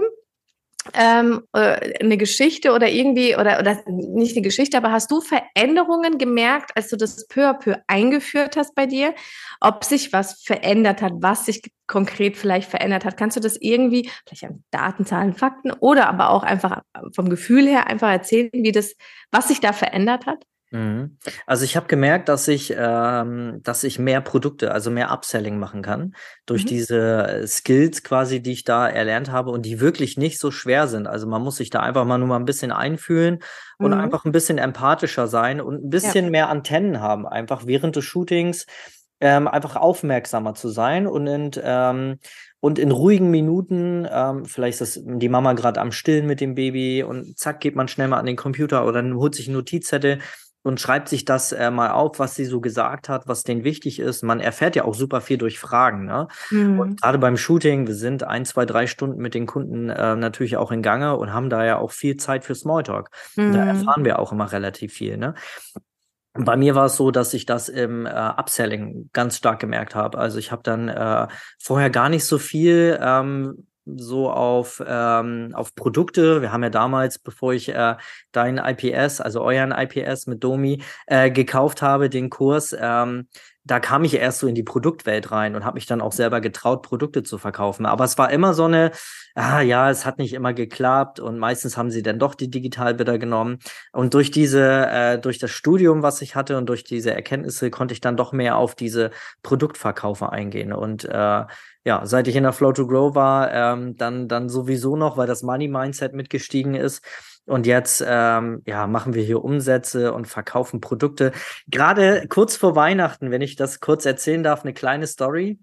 ähm, eine Geschichte oder irgendwie, oder, oder nicht eine Geschichte, aber hast du Veränderungen gemerkt, als du das peu à peu eingeführt hast bei dir? Ob sich was verändert hat, was sich konkret vielleicht verändert hat? Kannst du das irgendwie, vielleicht an Daten, Zahlen, Fakten oder aber auch einfach vom Gefühl her einfach erzählen, wie das, was sich da verändert hat? Also ich habe gemerkt, dass ich, ähm, dass ich mehr Produkte, also mehr Upselling machen kann durch mhm. diese Skills quasi, die ich da erlernt habe und die wirklich nicht so schwer sind. Also man muss sich da einfach mal nur mal ein bisschen einfühlen und mhm. einfach ein bisschen empathischer sein und ein bisschen ja. mehr Antennen haben, einfach während des Shootings ähm, einfach aufmerksamer zu sein und in, ähm, und in ruhigen Minuten, ähm, vielleicht ist die Mama gerade am Stillen mit dem Baby und zack, geht man schnell mal an den Computer oder holt sich einen Notizzettel und schreibt sich das äh, mal auf, was sie so gesagt hat, was denen wichtig ist. Man erfährt ja auch super viel durch Fragen. Ne? Mhm. Und gerade beim Shooting, wir sind ein, zwei, drei Stunden mit den Kunden äh, natürlich auch in Gange und haben da ja auch viel Zeit für Smalltalk. Mhm. Da erfahren wir auch immer relativ viel. Ne? Bei mir war es so, dass ich das im äh, Upselling ganz stark gemerkt habe. Also ich habe dann äh, vorher gar nicht so viel ähm, so auf ähm, auf Produkte. Wir haben ja damals, bevor ich äh, deinen I P S, also euren I P S mit Domi äh, gekauft habe, den Kurs, ähm, da kam ich erst so in die Produktwelt rein und habe mich dann auch selber getraut, Produkte zu verkaufen. Aber es war immer so eine, ah ja, es hat nicht immer geklappt und meistens haben sie dann doch die Digitalbilder genommen. Und durch diese, äh, durch das Studium, was ich hatte und durch diese Erkenntnisse konnte ich dann doch mehr auf diese Produktverkaufe eingehen. Und äh, ja, seit ich in der Flow to Grow war, ähm, dann, dann sowieso noch, weil das Money Mindset mitgestiegen ist. Und jetzt ähm, ja, machen wir hier Umsätze und verkaufen Produkte. Gerade kurz vor Weihnachten, wenn ich das kurz erzählen darf, eine kleine Story.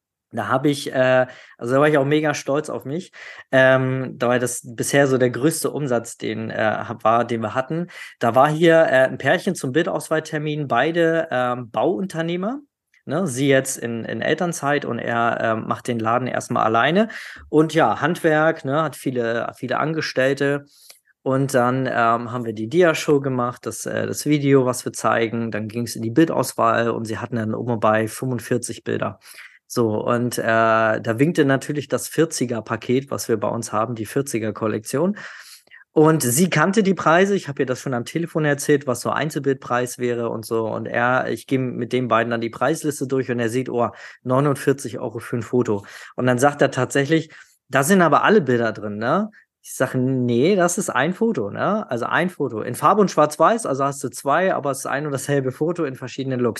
Da habe ich, äh, also da war ich auch mega stolz auf mich. Ähm, da war das bisher so der größte Umsatz, den äh, war, den wir hatten. Da war hier äh, ein Pärchen zum Bildauswahltermin, beide ähm, Bauunternehmer. Ne, sie jetzt in, in Elternzeit und er äh, macht den Laden erstmal alleine. Und ja, Handwerk, ne, hat viele, viele Angestellte. Und dann ähm, haben wir die Dia-Show gemacht, das, äh, das Video, was wir zeigen. Dann ging es in die Bildauswahl und sie hatten dann um bei fünfundvierzig Bilder. So, und äh, da winkte natürlich das vierziger-Paket, was wir bei uns haben, die vierziger-Kollektion. Und sie kannte die Preise. Ich habe ihr das schon am Telefon erzählt, was so Einzelbildpreis wäre und so. Und er, ich gehe mit den beiden dann die Preisliste durch und er sieht, oh, neunundvierzig Euro für ein Foto. Und dann sagt er tatsächlich, da sind aber alle Bilder drin, ne? Ich sage, nee, das ist ein Foto, ne? Also ein Foto. In Farbe und Schwarz-Weiß, also hast du zwei, aber es ist ein und dasselbe Foto in verschiedenen Looks.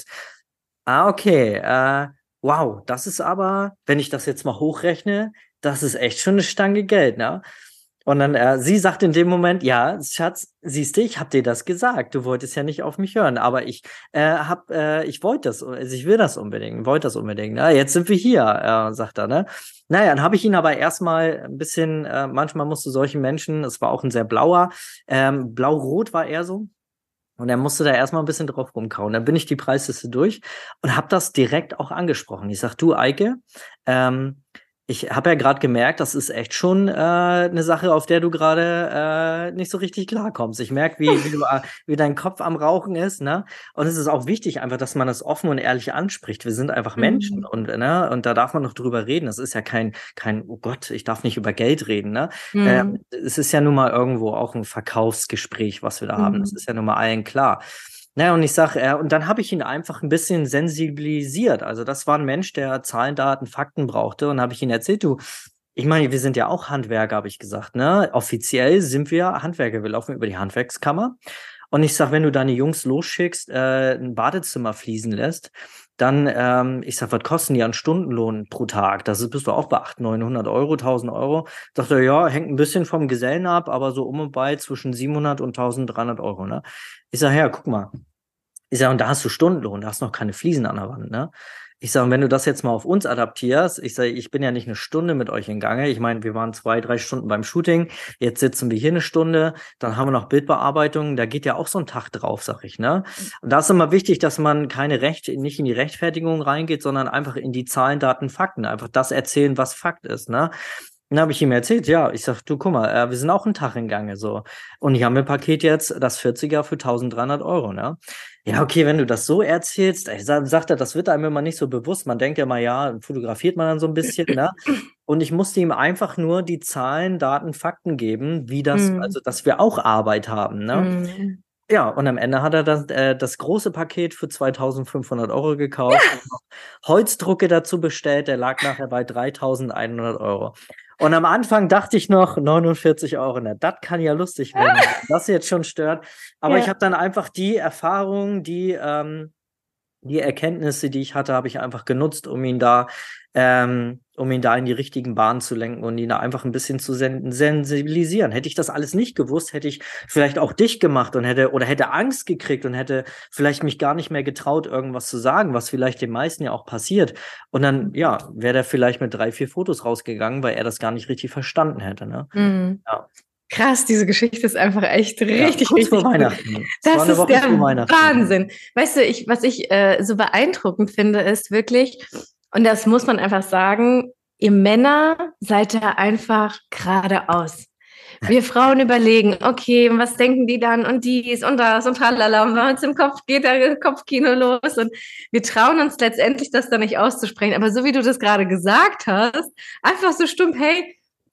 Ah, okay. Äh, wow, das ist aber, wenn ich das jetzt mal hochrechne, das ist echt schon eine Stange Geld, ne? Und dann, äh, sie sagt in dem Moment, ja, Schatz, siehst du, ich hab dir das gesagt. Du wolltest ja nicht auf mich hören, aber ich äh, hab, äh, ich wollte das, also ich will das unbedingt, wollte das unbedingt. Na, jetzt sind wir hier, äh, sagt er, ne? Naja, dann habe ich ihn aber erstmal ein bisschen, äh, manchmal musst du solchen Menschen, es war auch ein sehr blauer, ähm, blau-rot war er so. Und er musste da erstmal ein bisschen drauf rumkauen. Dann bin ich die Preisliste durch und habe das direkt auch angesprochen. Ich sag, du, Eike, ähm, ich habe ja gerade gemerkt, das ist echt schon äh, eine Sache, auf der du gerade äh, nicht so richtig klarkommst. Ich merke, wie, wie, du, äh, wie dein Kopf am Rauchen ist, ne? Und es ist auch wichtig, einfach, dass man das offen und ehrlich anspricht. Wir sind einfach Menschen Mhm. und, ne? Und da darf man noch drüber reden. Das ist ja kein, kein, oh Gott, ich darf nicht über Geld reden, ne? Mhm. Ähm, es ist ja nun mal irgendwo auch ein Verkaufsgespräch, was wir da haben. Das Mhm. ist ja nun mal allen klar. Naja, und ich sage, äh, und dann habe ich ihn einfach ein bisschen sensibilisiert. Also das war ein Mensch, der Zahlen, Daten, Fakten brauchte. Und habe ich ihm erzählt, du, ich meine, wir sind ja auch Handwerker, habe ich gesagt, ne? Offiziell sind wir Handwerker. Wir laufen über die Handwerkskammer. Und ich sage, wenn du deine Jungs losschickst, äh, ein Badezimmer fließen lässt, dann, ähm, ich sag, was kosten die an Stundenlohn pro Tag? Das ist, bist du auch bei achthundert, neunhundert Euro, tausend Euro. Sagt er, ja, hängt ein bisschen vom Gesellen ab, aber so um und bei zwischen siebenhundert und dreizehnhundert Euro, ne? Ich sag, ja, guck mal. Ich sag, und da hast du Stundenlohn, da hast du noch keine Fliesen an der Wand, ne? Ich sage, wenn du das jetzt mal auf uns adaptierst, ich sage, ich bin ja nicht eine Stunde mit euch in Gange. Ich meine, wir waren zwei, drei Stunden beim Shooting. Jetzt sitzen wir hier eine Stunde. Dann haben wir noch Bildbearbeitung. Da geht ja auch so ein Tag drauf, sag ich, ne? Und da ist immer wichtig, dass man keine Recht, nicht in die Rechtfertigung reingeht, sondern einfach in die Zahlen, Daten, Fakten. Einfach das erzählen, was Fakt ist, ne? Dann habe ich ihm erzählt, ja, ich sag, du, guck mal, äh, wir sind auch einen Tag in Gange, so. Und ich habe mir Paket jetzt, das vierziger für dreizehnhundert Euro, ne? Ja, okay, wenn du das so erzählst, ich sag, sagt er, das wird einem immer nicht so bewusst. Man denkt ja mal, ja, fotografiert man dann so ein bisschen, ne? Und ich musste ihm einfach nur die Zahlen, Daten, Fakten geben, wie das, Mhm. also, dass wir auch Arbeit haben, ne? Mhm. Ja, und am Ende hat er das, äh, das große Paket für zweitausendfünfhundert Euro gekauft und noch Holzdrucke dazu bestellt. Der lag nachher bei dreitausendeinhundert Euro. Und am Anfang dachte ich noch neunundvierzig Euro. Na, das kann ja lustig werden, wenn das jetzt schon stört. Aber ich Ja. habe dann einfach die Erfahrung, die, ähm, die Erkenntnisse, die ich hatte, habe ich einfach genutzt, um ihn da, ähm, um ihn da in die richtigen Bahnen zu lenken und ihn da einfach ein bisschen zu sen sensibilisieren. Hätte ich das alles nicht gewusst, hätte ich vielleicht auch dich gemacht und hätte oder hätte Angst gekriegt und hätte vielleicht mich gar nicht mehr getraut, irgendwas zu sagen, was vielleicht den meisten ja auch passiert. Und dann, ja, wäre der vielleicht mit drei, vier Fotos rausgegangen, weil er das gar nicht richtig verstanden hätte, ne? Mhm. Ja. Krass, diese Geschichte ist einfach echt Ja, richtig, kurz vor richtig gut. Weihnachten. Es war Das eine ist Woche der vor Weihnachten. Wahnsinn. Weißt du, ich, was ich äh, so beeindruckend finde, ist wirklich, und das muss man einfach sagen, ihr Männer seid da einfach geradeaus. Wir Frauen überlegen, okay, was denken die dann und dies und das und tralala, und bei uns im Kopf geht da Kopfkino los und wir trauen uns letztendlich, das da nicht auszusprechen. Aber so wie du das gerade gesagt hast, einfach so stumpf, hey,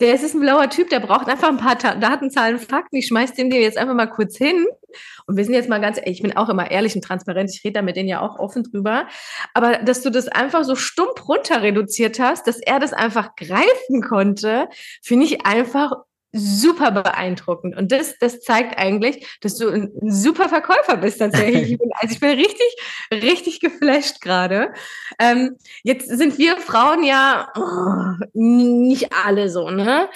Der ist ein blauer Typ, der braucht einfach ein paar Ta Daten, Zahlen, Fakten. Ich schmeiß den dir jetzt einfach mal kurz hin. Und wir sind jetzt mal ganz, ich bin auch immer ehrlich und transparent, ich rede da mit denen ja auch offen drüber. Aber dass du das einfach so stumpf runter reduziert hast, dass er das einfach greifen konnte, finde ich einfach super beeindruckend. Und das, das zeigt eigentlich, dass du ein super Verkäufer bist tatsächlich. Ich bin, also ich bin richtig, richtig geflasht gerade. Ähm, jetzt sind wir Frauen ja oh, nicht alle so, ne?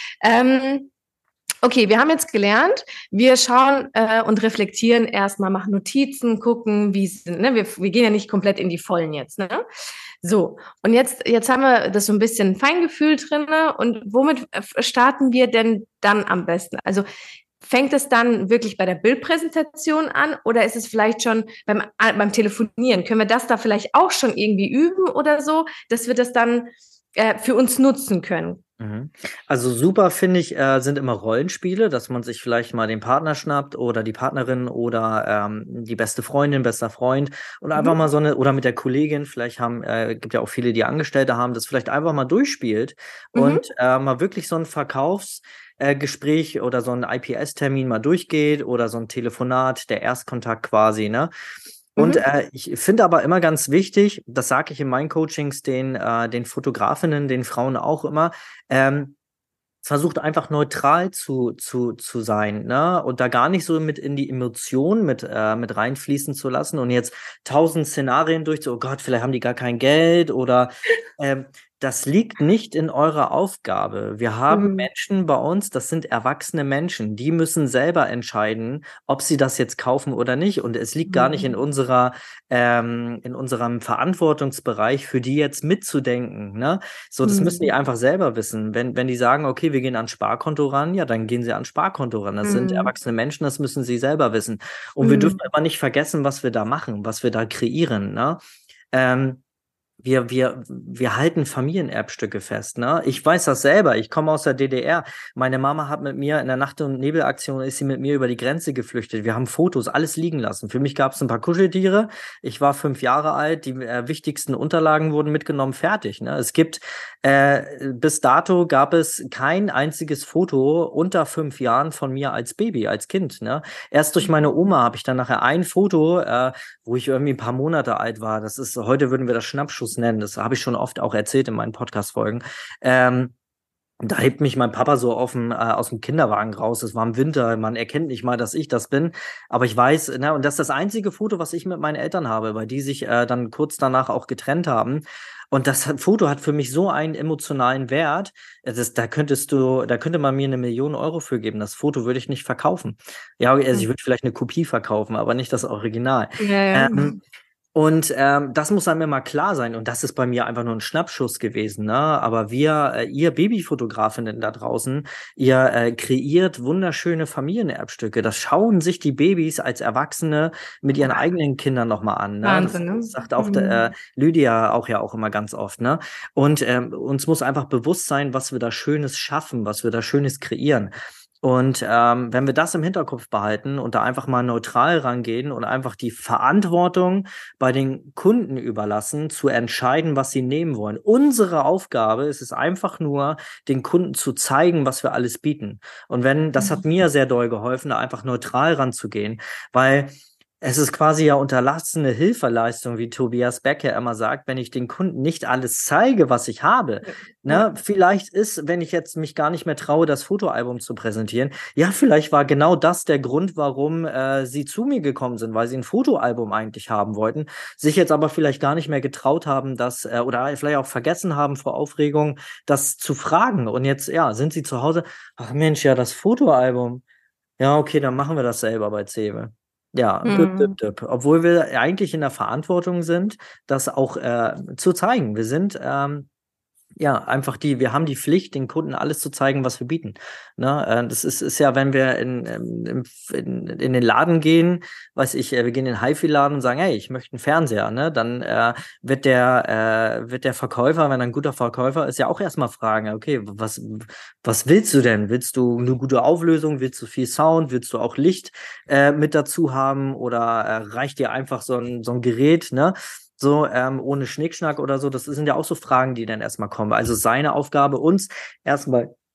Ähm, Okay, wir haben jetzt gelernt, wir schauen äh, und reflektieren erstmal, machen Notizen, gucken, wie es sind. Ne? Wir, wir gehen ja nicht komplett in die Vollen jetzt. Ne? So, und jetzt, jetzt haben wir das so ein bisschen Feingefühl drin. Ne? Und womit starten wir denn dann am besten? Also fängt es dann wirklich bei der Bildpräsentation an oder ist es vielleicht schon beim, beim Telefonieren? Können wir das da vielleicht auch schon irgendwie üben oder so, dass wir das dann äh, für uns nutzen können? Mhm. Also super finde ich, äh, sind immer Rollenspiele, dass man sich vielleicht mal den Partner schnappt oder die Partnerin oder ähm, die beste Freundin, bester Freund und einfach Mhm. mal so eine, oder mit der Kollegin, vielleicht haben, äh, gibt ja auch viele, die Angestellte haben, das vielleicht einfach mal durchspielt Mhm. und äh, mal wirklich so ein Verkaufs- äh, Gespräch oder so ein I P S-Termin mal durchgeht oder so ein Telefonat, der Erstkontakt quasi, ne? Und Mhm. äh, ich finde aber immer ganz wichtig, das sage ich in meinen Coachings den, äh, den Fotografinnen, den Frauen auch immer, ähm, versucht einfach neutral zu, zu, zu sein, ne? Und da gar nicht so mit in die Emotionen mit, äh, mit reinfließen zu lassen und jetzt tausend Szenarien durch, so, oh Gott, vielleicht haben die gar kein Geld oder ähm, das liegt nicht in eurer Aufgabe. Wir haben Mhm. Menschen bei uns, das sind erwachsene Menschen, die müssen selber entscheiden, ob sie das jetzt kaufen oder nicht. Und es liegt gar nicht in Mhm. unserer, ähm, in unserem Verantwortungsbereich, für die jetzt mitzudenken, ne? So, das müssen die Mhm. einfach selber wissen. Wenn, wenn die sagen, okay, wir gehen ans Sparkonto ran, ja, dann gehen sie ans Sparkonto ran. Das sind Mhm. erwachsene Menschen, das müssen sie selber wissen. Und wir dürfen Mhm. aber nicht vergessen, was wir da machen, was wir da kreieren, ne? Ähm, wir, wir, wir halten Familienerbstücke fest, ne? Ich weiß das selber. Ich komme aus der D D R. Meine Mama hat mit mir in der Nacht- und Nebelaktion ist sie mit mir über die Grenze geflüchtet. Wir haben Fotos, alles liegen lassen. Für mich gab es ein paar Kuscheltiere. Ich war fünf Jahre alt. Die äh, wichtigsten Unterlagen wurden mitgenommen, fertig, ne? Es gibt, äh, bis dato gab es kein einziges Foto unter fünf Jahren von mir als Baby, als Kind, ne? Erst durch meine Oma habe ich dann nachher ein Foto, äh, wo ich irgendwie ein paar Monate alt war. Das ist, heute würden wir das Schnappschuss nennen. Das habe ich schon oft auch erzählt in meinen Podcast-Folgen. Ähm, da hebt mich mein Papa so auf dem, äh, aus dem Kinderwagen raus. Es war im Winter. Man erkennt nicht mal, dass ich das bin. Aber ich weiß, ne, und das ist das einzige Foto, was ich mit meinen Eltern habe, weil die sich äh, dann kurz danach auch getrennt haben. Und das hat, Foto hat für mich so einen emotionalen Wert. Es ist, da könntest du, da könnte man mir eine Million Euro für geben. Das Foto würde ich nicht verkaufen. Ja, also ich würde vielleicht eine Kopie verkaufen, aber nicht das Original. Ja, ja. Ähm, und ähm, das muss einem immer klar sein. Und das ist bei mir einfach nur ein Schnappschuss gewesen, ne? Aber wir, äh, ihr Babyfotografinnen da draußen, ihr äh, kreiert wunderschöne Familienerbstücke. Das schauen sich die Babys als Erwachsene mit ihren eigenen Kindern nochmal an, ne? Das, Wahnsinn, das ne? sagt auch der, äh, Mhm. Lydia auch ja auch immer ganz oft, ne? Und ähm, uns muss einfach bewusst sein, was wir da Schönes schaffen, was wir da Schönes kreieren. Und ähm, wenn wir das im Hinterkopf behalten und da einfach mal neutral rangehen und einfach die Verantwortung bei den Kunden überlassen, zu entscheiden, was sie nehmen wollen. Unsere Aufgabe ist es einfach nur, den Kunden zu zeigen, was wir alles bieten. Und wenn, das hat mir sehr doll geholfen, da einfach neutral ranzugehen, weil es ist quasi ja unterlassene Hilfeleistung, wie Tobias Becker immer sagt, wenn ich den Kunden nicht alles zeige, was ich habe. Ja. Ne? Vielleicht ist, wenn ich jetzt mich gar nicht mehr traue, das Fotoalbum zu präsentieren, ja, vielleicht war genau das der Grund, warum äh, sie zu mir gekommen sind, weil sie ein Fotoalbum eigentlich haben wollten, sich jetzt aber vielleicht gar nicht mehr getraut haben, das äh, oder vielleicht auch vergessen haben vor Aufregung, das zu fragen. Und jetzt, ja, sind sie zu Hause, ach Mensch, ja, das Fotoalbum. Ja, okay, dann machen wir das selber bei Cewe. Ja, düpp, düpp, Mhm. düpp. Obwohl wir eigentlich in der Verantwortung sind, das auch äh, zu zeigen. Wir sind ähm, ja, einfach die, wir haben die Pflicht, den Kunden alles zu zeigen, was wir bieten. Ne? Äh, das ist, ist ja, wenn wir in, ähm, im- in, in den Laden gehen, weiß ich, äh, wir gehen in den HiFi-Laden und sagen, hey, ich möchte einen Fernseher, ne? Dann äh, wird der, äh, wird der Verkäufer, wenn er ein guter Verkäufer ist, ja auch erstmal fragen, okay, was, was willst du denn? Willst du eine gute Auflösung? Willst du viel Sound? Willst du auch Licht äh, mit dazu haben? Oder äh, reicht dir einfach so ein, so ein Gerät, ne? So, ähm, ohne Schnickschnack oder so, das sind ja auch so Fragen, die dann erstmal kommen. Also seine Aufgabe, uns erstmal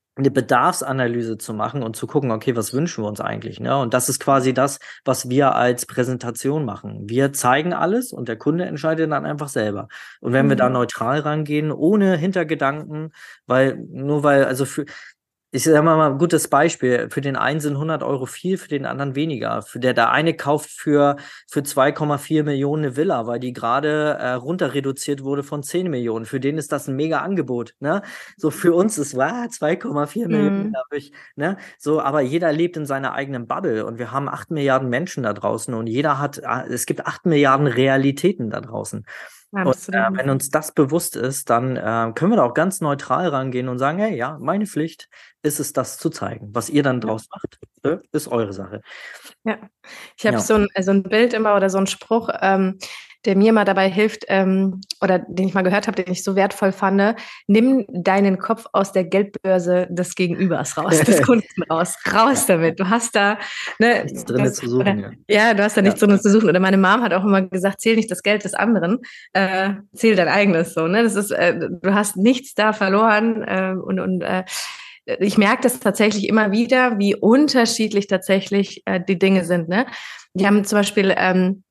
eine Bedarfsanalyse zu machen und zu gucken, okay, was wünschen wir uns eigentlich, ne? Und das ist quasi das, was wir als Präsentation machen. Wir zeigen alles und der Kunde entscheidet dann einfach selber. Und wenn wir da Mhm. neutral rangehen, ohne Hintergedanken, weil, nur weil, also für, ich sage mal, mal ein gutes Beispiel. Für den einen sind hundert Euro viel, für den anderen weniger. Für der, der eine kauft für, für zwei Komma vier Millionen eine Villa, weil die gerade äh, runter reduziert wurde von zehn Millionen. Für den ist das ein mega Angebot, ne? So für uns ist, wow, zwei Komma vier Millionen, Mhm. da ich, ne? So, aber jeder lebt in seiner eigenen Bubble und wir haben acht Milliarden Menschen da draußen und jeder hat, äh, es gibt acht Milliarden Realitäten da draußen. Und äh, Absolut. wenn uns das bewusst ist, dann äh, können wir da auch ganz neutral rangehen und sagen, hey, ja, meine Pflicht ist es, das zu zeigen. Was ihr dann Ja. draus macht, äh, ist eure Sache. Ja, ich habe Ja. so ein, so ein Bild immer oder so einen Spruch, ähm, der mir mal dabei hilft, ähm, oder den ich mal gehört habe, den ich so wertvoll fand. Nimm deinen Kopf aus der Geldbörse des Gegenübers raus, des Kunden raus, raus damit. Du hast da, ne, Nichts drin das, zu suchen, oder, ja. ja, du hast da Ja. nichts drin zu suchen. Oder meine Mom hat auch immer gesagt, zähl nicht das Geld des anderen, äh, zähl dein eigenes, so, ne? Das ist, äh, du hast nichts da verloren, äh, und, und, äh, ich merke das tatsächlich immer wieder, wie unterschiedlich tatsächlich äh, die Dinge sind. Ne? Wir haben zum Beispiel ähm,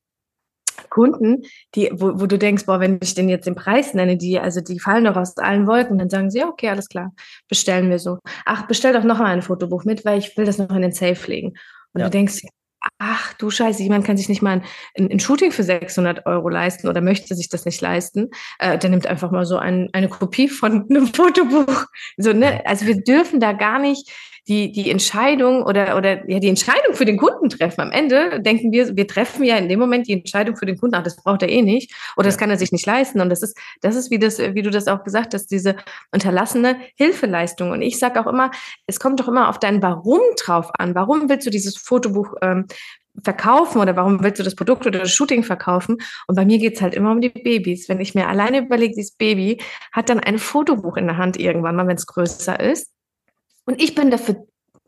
Kunden, die, wo, wo du denkst, boah, wenn ich denen jetzt den Preis nenne, die, also die fallen doch aus allen Wolken, dann sagen sie, ja, okay, alles klar, bestellen wir so. Ach, bestell doch noch mal ein Fotobuch mit, weil ich will das noch in den Safe legen. Und Ja. du denkst, ach du Scheiße, jemand kann sich nicht mal ein, ein, ein Shooting für sechshundert Euro leisten oder möchte sich das nicht leisten. Äh, der nimmt einfach mal so ein, eine Kopie von einem Fotobuch. So, ne? Also wir dürfen da gar nicht die, die Entscheidung oder, oder ja, die Entscheidung für den Kunden treffen. Am Ende denken wir, wir treffen ja in dem Moment die Entscheidung für den Kunden, ach, das braucht er eh nicht oder das Ja. kann er sich nicht leisten. Und das ist, das ist, wie das, wie du das auch gesagt hast, diese unterlassene Hilfeleistung. Und ich sage auch immer, es kommt doch immer auf dein Warum drauf an. Warum willst du dieses Fotobuch ähm, verkaufen oder warum willst du das Produkt oder das Shooting verkaufen? Und bei mir geht's halt immer um die Babys. Wenn ich mir alleine überlege, dieses Baby hat dann ein Fotobuch in der Hand irgendwann mal, wenn es größer ist. Und ich bin dafür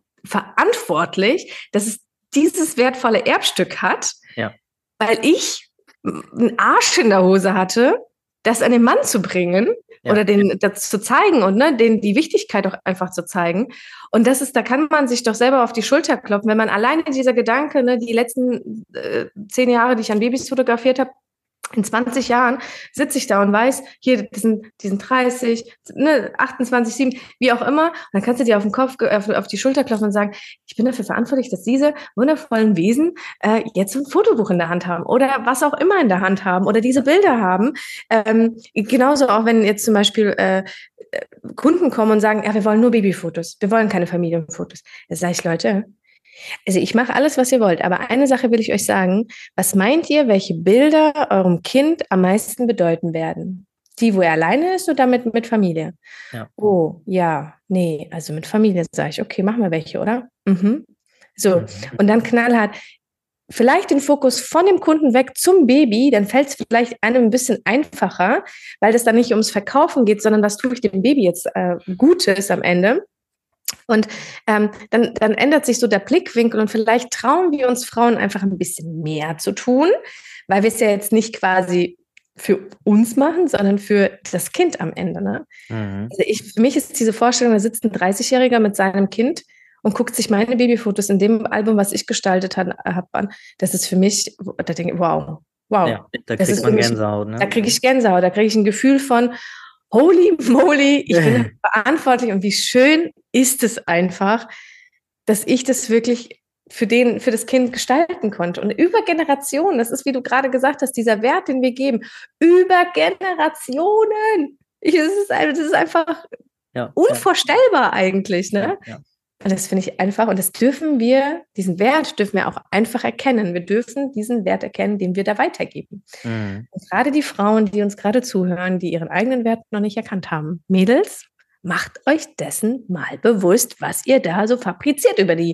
verantwortlich, dass es dieses wertvolle Erbstück hat, Ja. weil ich einen Arsch in der Hose hatte, das an den Mann zu bringen Ja. oder den das zu zeigen und ne, den die Wichtigkeit auch einfach zu zeigen. Und das ist, da kann man sich doch selber auf die Schulter klopfen, wenn man alleine dieser Gedanke, ne, die letzten äh, zehn Jahre, die ich an Babys fotografiert habe, in zwanzig Jahren sitze ich da und weiß, hier, die sind, die sind dreißig, ne, achtundzwanzig, sieben, wie auch immer. Und dann kannst du dir auf den Kopf, auf, auf die Schulter klopfen und sagen, ich bin dafür verantwortlich, dass diese wundervollen Wesen äh, jetzt ein Fotobuch in der Hand haben oder was auch immer in der Hand haben oder diese Bilder haben. Ähm, genauso auch, wenn jetzt zum Beispiel äh, Kunden kommen und sagen, ja, wir wollen nur Babyfotos, wir wollen keine Familienfotos. Da sage ich, Leute, also ich mache alles, was ihr wollt, aber eine Sache will ich euch sagen. Was meint ihr, welche Bilder eurem Kind am meisten bedeuten werden? Die, wo er alleine ist oder mit, mit Familie? Ja. Oh, ja, nee, also mit Familie sage ich, okay, machen wir welche, oder? Mhm. So, Mhm. und dann knallhart, vielleicht den Fokus von dem Kunden weg zum Baby, dann fällt es vielleicht einem ein bisschen einfacher, weil das dann nicht ums Verkaufen geht, sondern was tue ich dem Baby jetzt äh, Gutes am Ende. Und ähm, dann, dann ändert sich so der Blickwinkel und vielleicht trauen wir uns Frauen einfach ein bisschen mehr zu tun, weil wir es ja jetzt nicht quasi für uns machen, sondern für das Kind am Ende. Ne? Mhm. Also ich, für mich ist diese Vorstellung, da sitzt ein dreißigjähriger mit seinem Kind und guckt sich meine Babyfotos in dem Album, was ich gestaltet habe, an. Das ist für mich, da denke ich, wow, wow. Ja, da das kriegt ist man mich, Gänsehaut, ne? Da kriege ich Gänsehaut, da kriege ich ein Gefühl von, holy moly, ich bin verantwortlich und wie schön ist es einfach, dass ich das wirklich für den, für das Kind gestalten konnte. Und über Generationen, das ist, wie du gerade gesagt hast, dieser Wert, den wir geben, über Generationen. Ich, das, ist, das ist einfach ja, unvorstellbar ja. eigentlich, ne? Ja, ja. Und das finde ich einfach, und das dürfen wir, diesen Wert dürfen wir auch einfach erkennen. Wir dürfen diesen Wert erkennen, den wir da weitergeben. Mhm. Und gerade die Frauen, die uns gerade zuhören, die ihren eigenen Wert noch nicht erkannt haben, Mädels, macht euch dessen mal bewusst, was ihr da so fabriziert über die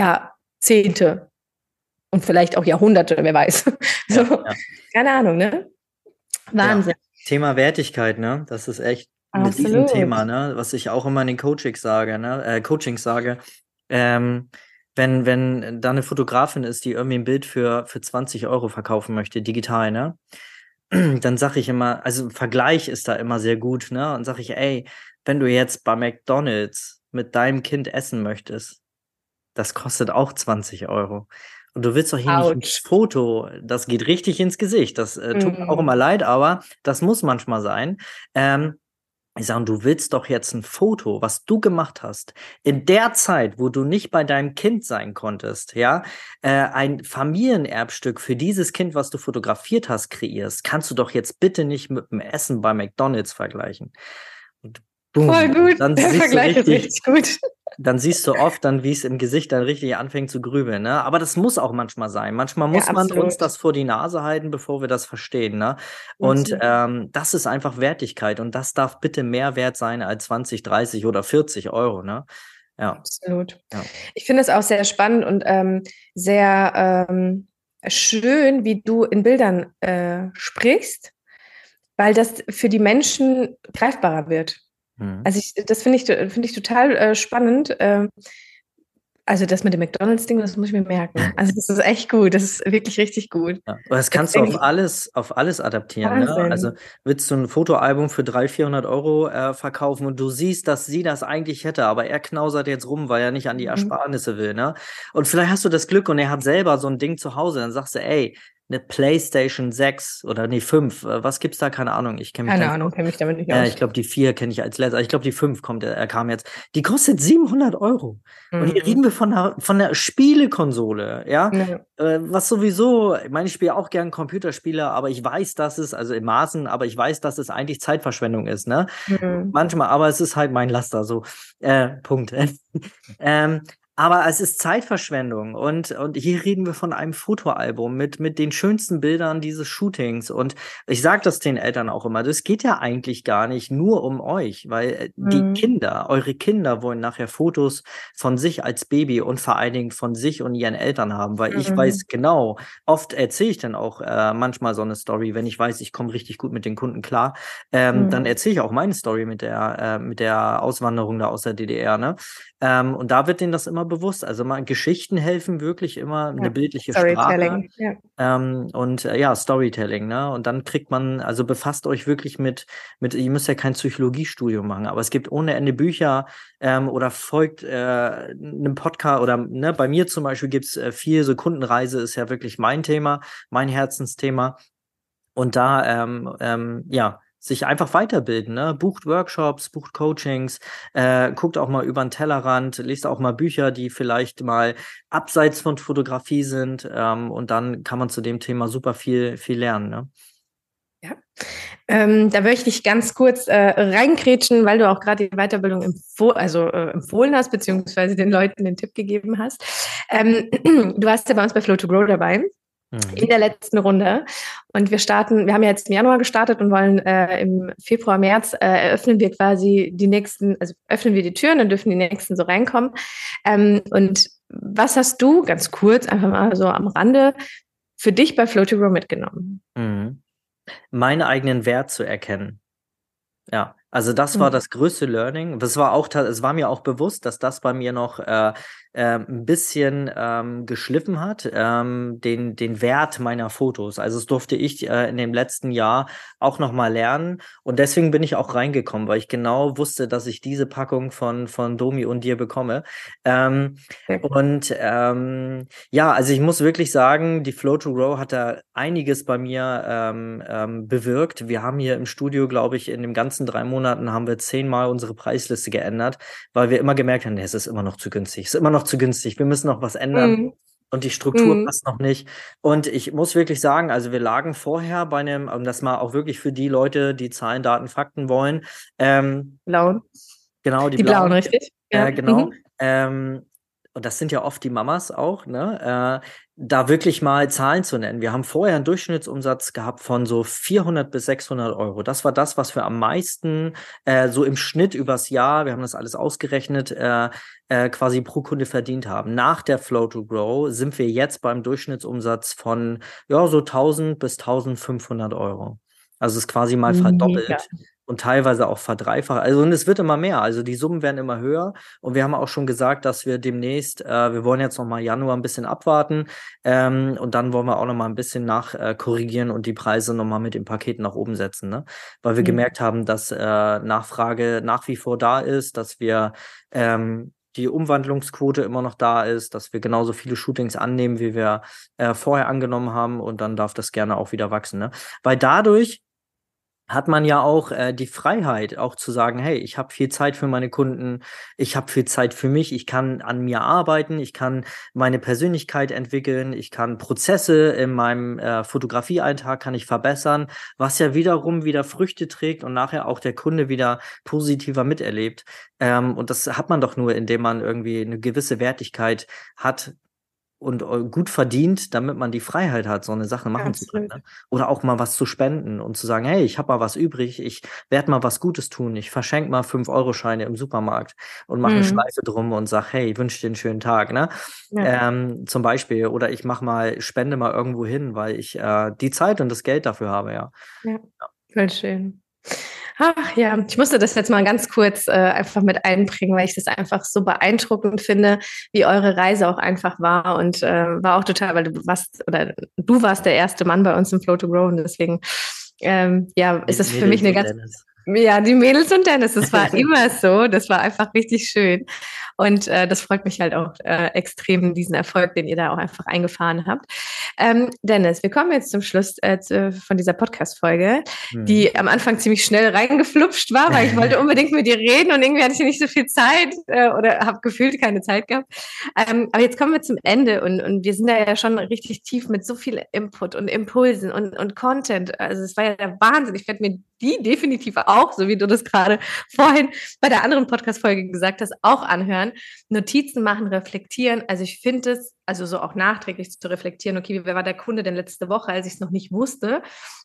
Jahrzehnte und vielleicht auch Jahrhunderte, wer weiß. So, ja, ja. Keine Ahnung, ne? Wahnsinn. Ja. Thema Wertigkeit, ne? Das ist echt ein Absolut. Riesenthema, ne? Was ich auch immer in den Coachings sage, ne? Äh, Coachings sage, ähm, wenn, wenn da eine Fotografin ist, die irgendwie ein Bild für, für zwanzig Euro verkaufen möchte, digital, ne? Dann sage ich immer, also Vergleich ist da immer sehr gut, ne? Und sage ich, ey, wenn du jetzt bei McDonald's mit deinem Kind essen möchtest, das kostet auch zwanzig Euro. Und du willst doch hier nicht ein Autsch. Foto, das geht richtig ins Gesicht. Das äh, tut mir auch Mhm. immer leid, aber das muss manchmal sein. Ähm, ich sage, du willst doch jetzt ein Foto, was du gemacht hast, in der Zeit, wo du nicht bei deinem Kind sein konntest, ja, äh, ein Familienerbstück für dieses Kind, was du fotografiert hast, kreierst, kannst du doch jetzt bitte nicht mit dem Essen bei McDonald's vergleichen. Und Voll boom, gut. dann Der siehst du Vergleich ist richtig, richtig gut. dann siehst du oft dann, wie es im Gesicht dann richtig anfängt zu grübeln, ne? Aber das muss auch manchmal sein. Manchmal Ja, muss man uns absolut. das vor die Nase halten, bevor wir das verstehen, ne? Und Absolut. ähm, das ist einfach Wertigkeit und das darf bitte mehr wert sein als zwanzig, dreißig oder vierzig Euro, ne? Ja, Absolut. ja. Ich finde es auch sehr spannend und ähm, sehr ähm, schön, wie du in Bildern äh, sprichst, weil das für die Menschen greifbarer wird. Mhm. Also ich, das finde ich, finde ich total äh, spannend. Ähm, also das mit dem McDonald's-Ding, das muss ich mir merken. Also das ist echt gut. Das ist wirklich richtig gut. Ja. Aber das Jetzt kannst du auf denke ich, alles, auf alles adaptieren, ne? Also Wahnsinn. willst du ein Fotoalbum für dreihundert, vierhundert Euro äh, verkaufen und du siehst, dass sie das eigentlich hätte, aber er knausert jetzt rum, weil er nicht an die Mhm. Ersparnisse will, ne? Und vielleicht hast du das Glück und er hat selber so ein Ding zu Hause, dann sagst du, ey, eine PlayStation sechs oder nee, fünf, äh, was gibt's da? Keine Ahnung, ich kenne mich da Keine nicht Ahnung, aus. kenne mich damit nicht Äh, ich aus. glaube, die vier kenne ich als letztes. Ich glaube, die fünf kommt, er äh, kam jetzt. Die kostet siebenhundert Euro. Und hier Mhm. reden wir von einer, von einer Spielekonsole, ja? Ja. Äh, was sowieso, ich meine, ich spiele auch gern Computerspiele, aber ich weiß, dass es, also in Maßen, aber ich weiß, dass es eigentlich Zeitverschwendung ist, ne? Mhm. Manchmal, aber es ist halt mein Laster, so. Äh, Punkt. ähm, aber es ist Zeitverschwendung und, und hier reden wir von einem Fotoalbum mit, mit den schönsten Bildern dieses Shootings. Und ich sage das den Eltern auch immer, das geht ja eigentlich gar nicht nur um euch, weil äh, die Mhm. Kinder, eure Kinder wollen nachher Fotos von sich als Baby und vor allen Dingen von sich und ihren Eltern haben, weil ich Mhm. weiß genau, oft erzähle ich dann auch äh, manchmal so eine Story, wenn ich weiß, ich komme richtig gut mit den Kunden klar, ähm, dann Mhm. erzähle ich auch meine Story mit der, äh, mit der Auswanderung da aus der D D R, ne? Ähm, und da wird denen das immer bewusst. Also mal Geschichten helfen wirklich immer, eine Ja. bildliche Sprache. Storytelling. Ja. Ähm, und äh, ja, Storytelling, ne? Und dann kriegt man, also befasst euch wirklich mit, mit, ihr müsst ja kein Psychologiestudium machen, aber es gibt ohne Ende Bücher ähm, oder folgt äh, einem Podcast oder ne, bei mir zum Beispiel gibt's äh, vier Sekundenreise, ist ja wirklich mein Thema, mein Herzensthema. Und da, ähm, ähm, ja, sich einfach weiterbilden, ne? Bucht Workshops, bucht Coachings, äh, guckt auch mal über den Tellerrand, lest auch mal Bücher, die vielleicht mal abseits von Fotografie sind, ähm, und dann kann man zu dem Thema super viel, viel lernen, ne? Ja. Ähm, da würde ich dich ganz kurz äh, reinkrätschen, weil du auch gerade die Weiterbildung empfoh also, äh, empfohlen hast, beziehungsweise den Leuten den Tipp gegeben hast. Ähm, du warst ja bei uns bei Flow to Grow dabei in Mhm. der letzten Runde. Und wir starten, wir haben ja jetzt im Januar gestartet und wollen äh, im Februar, März äh, eröffnen wir quasi die nächsten, also öffnen wir die Türen, dann dürfen die nächsten so reinkommen. Ähm, und was hast du, ganz kurz, einfach mal so am Rande, für dich bei Flow to Grow mitgenommen? Mhm. Meinen eigenen Wert zu erkennen. Ja, also das war Mhm. das größte Learning. Das war auch, ta- es war mir auch bewusst, dass das bei mir noch äh, äh, ein bisschen ähm, geschliffen hat, ähm, den, den Wert meiner Fotos. Also das durfte ich äh, in dem letzten Jahr auch noch mal lernen. Und deswegen bin ich auch reingekommen, weil ich genau wusste, dass ich diese Packung von, von Domi und dir bekomme. Ähm, und ähm, ja, also ich muss wirklich sagen, die Flow to Grow hat da einiges bei mir ähm, ähm, bewirkt. Wir haben hier im Studio, glaube ich, in den ganzen drei Monaten haben wir zehnmal unsere Preisliste geändert, weil wir immer gemerkt haben, nee, es ist immer noch zu günstig, es ist immer noch zu günstig, wir müssen noch was ändern. Mhm. Und die Struktur Mhm. passt noch nicht. Und ich muss wirklich sagen, also wir lagen vorher bei einem, um das mal auch wirklich für die Leute, die Zahlen, Daten, Fakten wollen, ähm, Blauen. genau, die Die blauen, blauen, richtig? Ja. äh, genau. Mhm. Ähm, und das sind ja oft die Mamas auch, ne? Äh, da wirklich mal Zahlen zu nennen. Wir haben vorher einen Durchschnittsumsatz gehabt von so vierhundert bis sechshundert Euro. Das war das, was wir am meisten äh, so im Schnitt übers Jahr, wir haben das alles ausgerechnet, äh, äh, quasi pro Kunde verdient haben. Nach der Flow to Grow sind wir jetzt beim Durchschnittsumsatz von ja so tausend bis tausendfünfhundert Euro. Also es ist quasi mal Mega. verdoppelt. und teilweise auch verdreifacht. Also und es wird immer mehr. Also die Summen werden immer höher und wir haben auch schon gesagt, dass wir demnächst, äh, wir wollen jetzt noch mal Januar ein bisschen abwarten ähm, und dann wollen wir auch noch mal ein bisschen nach äh, korrigieren und die Preise noch mal mit den Paketen nach oben setzen, ne? Weil wir mhm. gemerkt haben, dass äh, Nachfrage nach wie vor da ist, dass wir ähm, die Umwandlungsquote immer noch da ist, dass wir genauso viele Shootings annehmen, wie wir äh, vorher angenommen haben und dann darf das gerne auch wieder wachsen, ne? Weil dadurch hat man ja auch äh, die Freiheit, auch zu sagen, hey, ich habe viel Zeit für meine Kunden, ich habe viel Zeit für mich, ich kann an mir arbeiten, ich kann meine Persönlichkeit entwickeln, ich kann Prozesse in meinem äh, Fotografiealltag kann ich verbessern, was ja wiederum wieder Früchte trägt und nachher auch der Kunde wieder positiver miterlebt. Ähm, und das hat man doch nur, indem man irgendwie eine gewisse Wertigkeit hat, und gut verdient, damit man die Freiheit hat, so eine Sache machen Absolut. Zu können. Ne? Oder auch mal was zu spenden und zu sagen, hey, ich habe mal was übrig, ich werde mal was Gutes tun, ich verschenke mal fünf Euro Scheine im Supermarkt und mache mhm. eine Schleife drum und sag, hey, ich wünsche dir einen schönen Tag, ne? Ja. Ähm, zum Beispiel. Oder ich mache mal, spende mal irgendwo hin, weil ich äh, die Zeit und das Geld dafür habe, ja. Ja, ja. Voll schön. Ach ja, ich musste das jetzt mal ganz kurz äh, einfach mit einbringen, weil ich das einfach so beeindruckend finde, wie eure Reise auch einfach war und äh, war auch total, weil du warst oder du warst der erste Mann bei uns im Flow to Grow und deswegen ähm, ja, ist das für mich eine ganz Dennis. Ja, die Mädels und Dennis, das war immer so, das war einfach richtig schön und äh, das freut mich halt auch äh, extrem, diesen Erfolg, den ihr da auch einfach eingefahren habt. Ähm, Dennis, wir kommen jetzt zum Schluss äh, zu, von dieser Podcast-Folge, hm. die am Anfang ziemlich schnell reingeflupscht war, weil ich wollte unbedingt mit dir reden und irgendwie hatte ich nicht so viel Zeit äh, oder habe gefühlt keine Zeit gehabt. Ähm, aber jetzt kommen wir zum Ende und, und wir sind da ja schon richtig tief mit so viel Input und Impulsen und, und Content. Also es war ja der Wahnsinn. Ich werde mir die definitiv auch, so wie du das gerade vorhin bei der anderen Podcast-Folge gesagt hast, auch anhören. Notizen machen, reflektieren. Also ich finde es, also so auch nachträglich zu reflektieren, okay, wer war der Kunde denn letzte Woche, als ich es noch nicht wusste,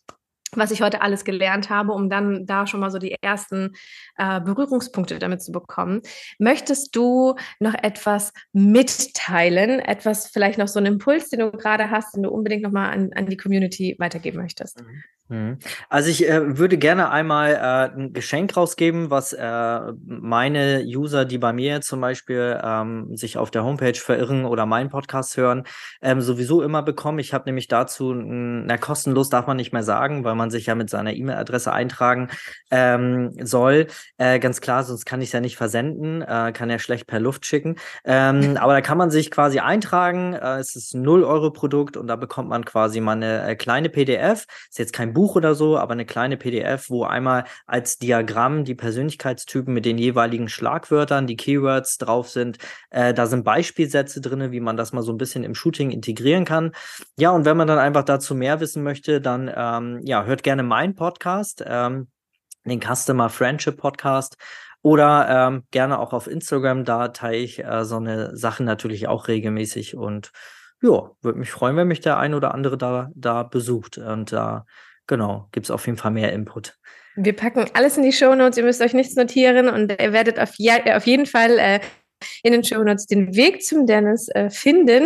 was ich heute alles gelernt habe, um dann da schon mal so die ersten äh, Berührungspunkte damit zu bekommen. Möchtest du noch etwas mitteilen, etwas vielleicht noch so einen Impuls, den du gerade hast, den du unbedingt nochmal an, an die Community weitergeben möchtest? Mhm. Also ich äh, würde gerne einmal äh, ein Geschenk rausgeben, was äh, meine User, die bei mir zum Beispiel ähm, sich auf der Homepage verirren oder meinen Podcast hören, ähm, sowieso immer bekommen. Ich habe nämlich dazu, na kostenlos darf man nicht mehr sagen, weil man sich ja mit seiner E-Mail-Adresse eintragen ähm, soll. Äh, ganz klar, sonst kann ich es ja nicht versenden, äh, kann ja schlecht per Luft schicken. Ähm, aber da kann man sich quasi eintragen. Äh, es ist ein null Euro Produkt und da bekommt man quasi mal eine äh, kleine P D F. Ist jetzt kein Buch oder so, aber eine kleine P D F, wo einmal als Diagramm die Persönlichkeitstypen mit den jeweiligen Schlagwörtern, die Keywords drauf sind. Äh, da sind Beispielsätze drin, wie man das mal so ein bisschen im Shooting integrieren kann. Ja, und wenn man dann einfach dazu mehr wissen möchte, dann ähm, ja, hört gerne meinen Podcast, ähm, den Customer Friendship Podcast. Oder ähm, gerne auch auf Instagram, da teile ich äh, so eine Sachen natürlich auch regelmäßig und ja, würde mich freuen, wenn mich der ein oder andere da, da besucht und da äh, genau, gibt es auf jeden Fall mehr Input. Wir packen alles in die Shownotes, ihr müsst euch nichts notieren und ihr werdet auf, je, auf jeden Fall äh, in den Shownotes den Weg zum Dennis äh, finden.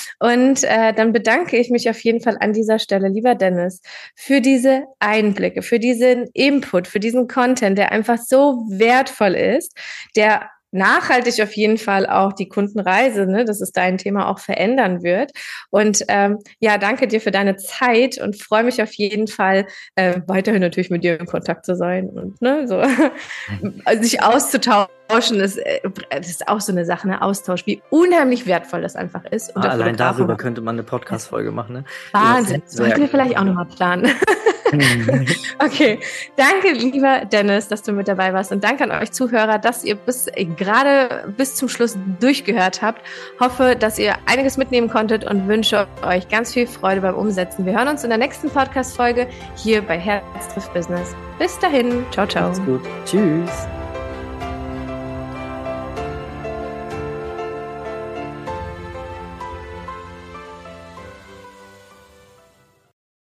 Und äh, dann bedanke ich mich auf jeden Fall an dieser Stelle, lieber Dennis, für diese Einblicke, für diesen Input, für diesen Content, der einfach so wertvoll ist, der nachhaltig auf jeden Fall auch die Kundenreise, ne, das ist dein Thema, auch verändern wird. Und ähm, ja, danke dir für deine Zeit und freue mich auf jeden Fall, äh, weiterhin natürlich mit dir in Kontakt zu sein und ne, so also sich auszutauschen, ist, das ist auch so eine Sache, ne, Austausch, wie unheimlich wertvoll das einfach ist. Und ah, allein darüber könnte man eine Podcast-Folge machen, ne? Wahnsinn, sollten wir vielleicht auch nochmal planen. Okay, danke, lieber Dennis, dass du mit dabei warst und danke an euch Zuhörer, dass ihr bis gerade bis zum Schluss durchgehört habt. Hoffe, dass ihr einiges mitnehmen konntet und wünsche euch ganz viel Freude beim Umsetzen. Wir hören uns in der nächsten Podcast-Folge hier bei Herz trifft Business. Bis dahin, ciao, ciao. Macht's gut. Tschüss.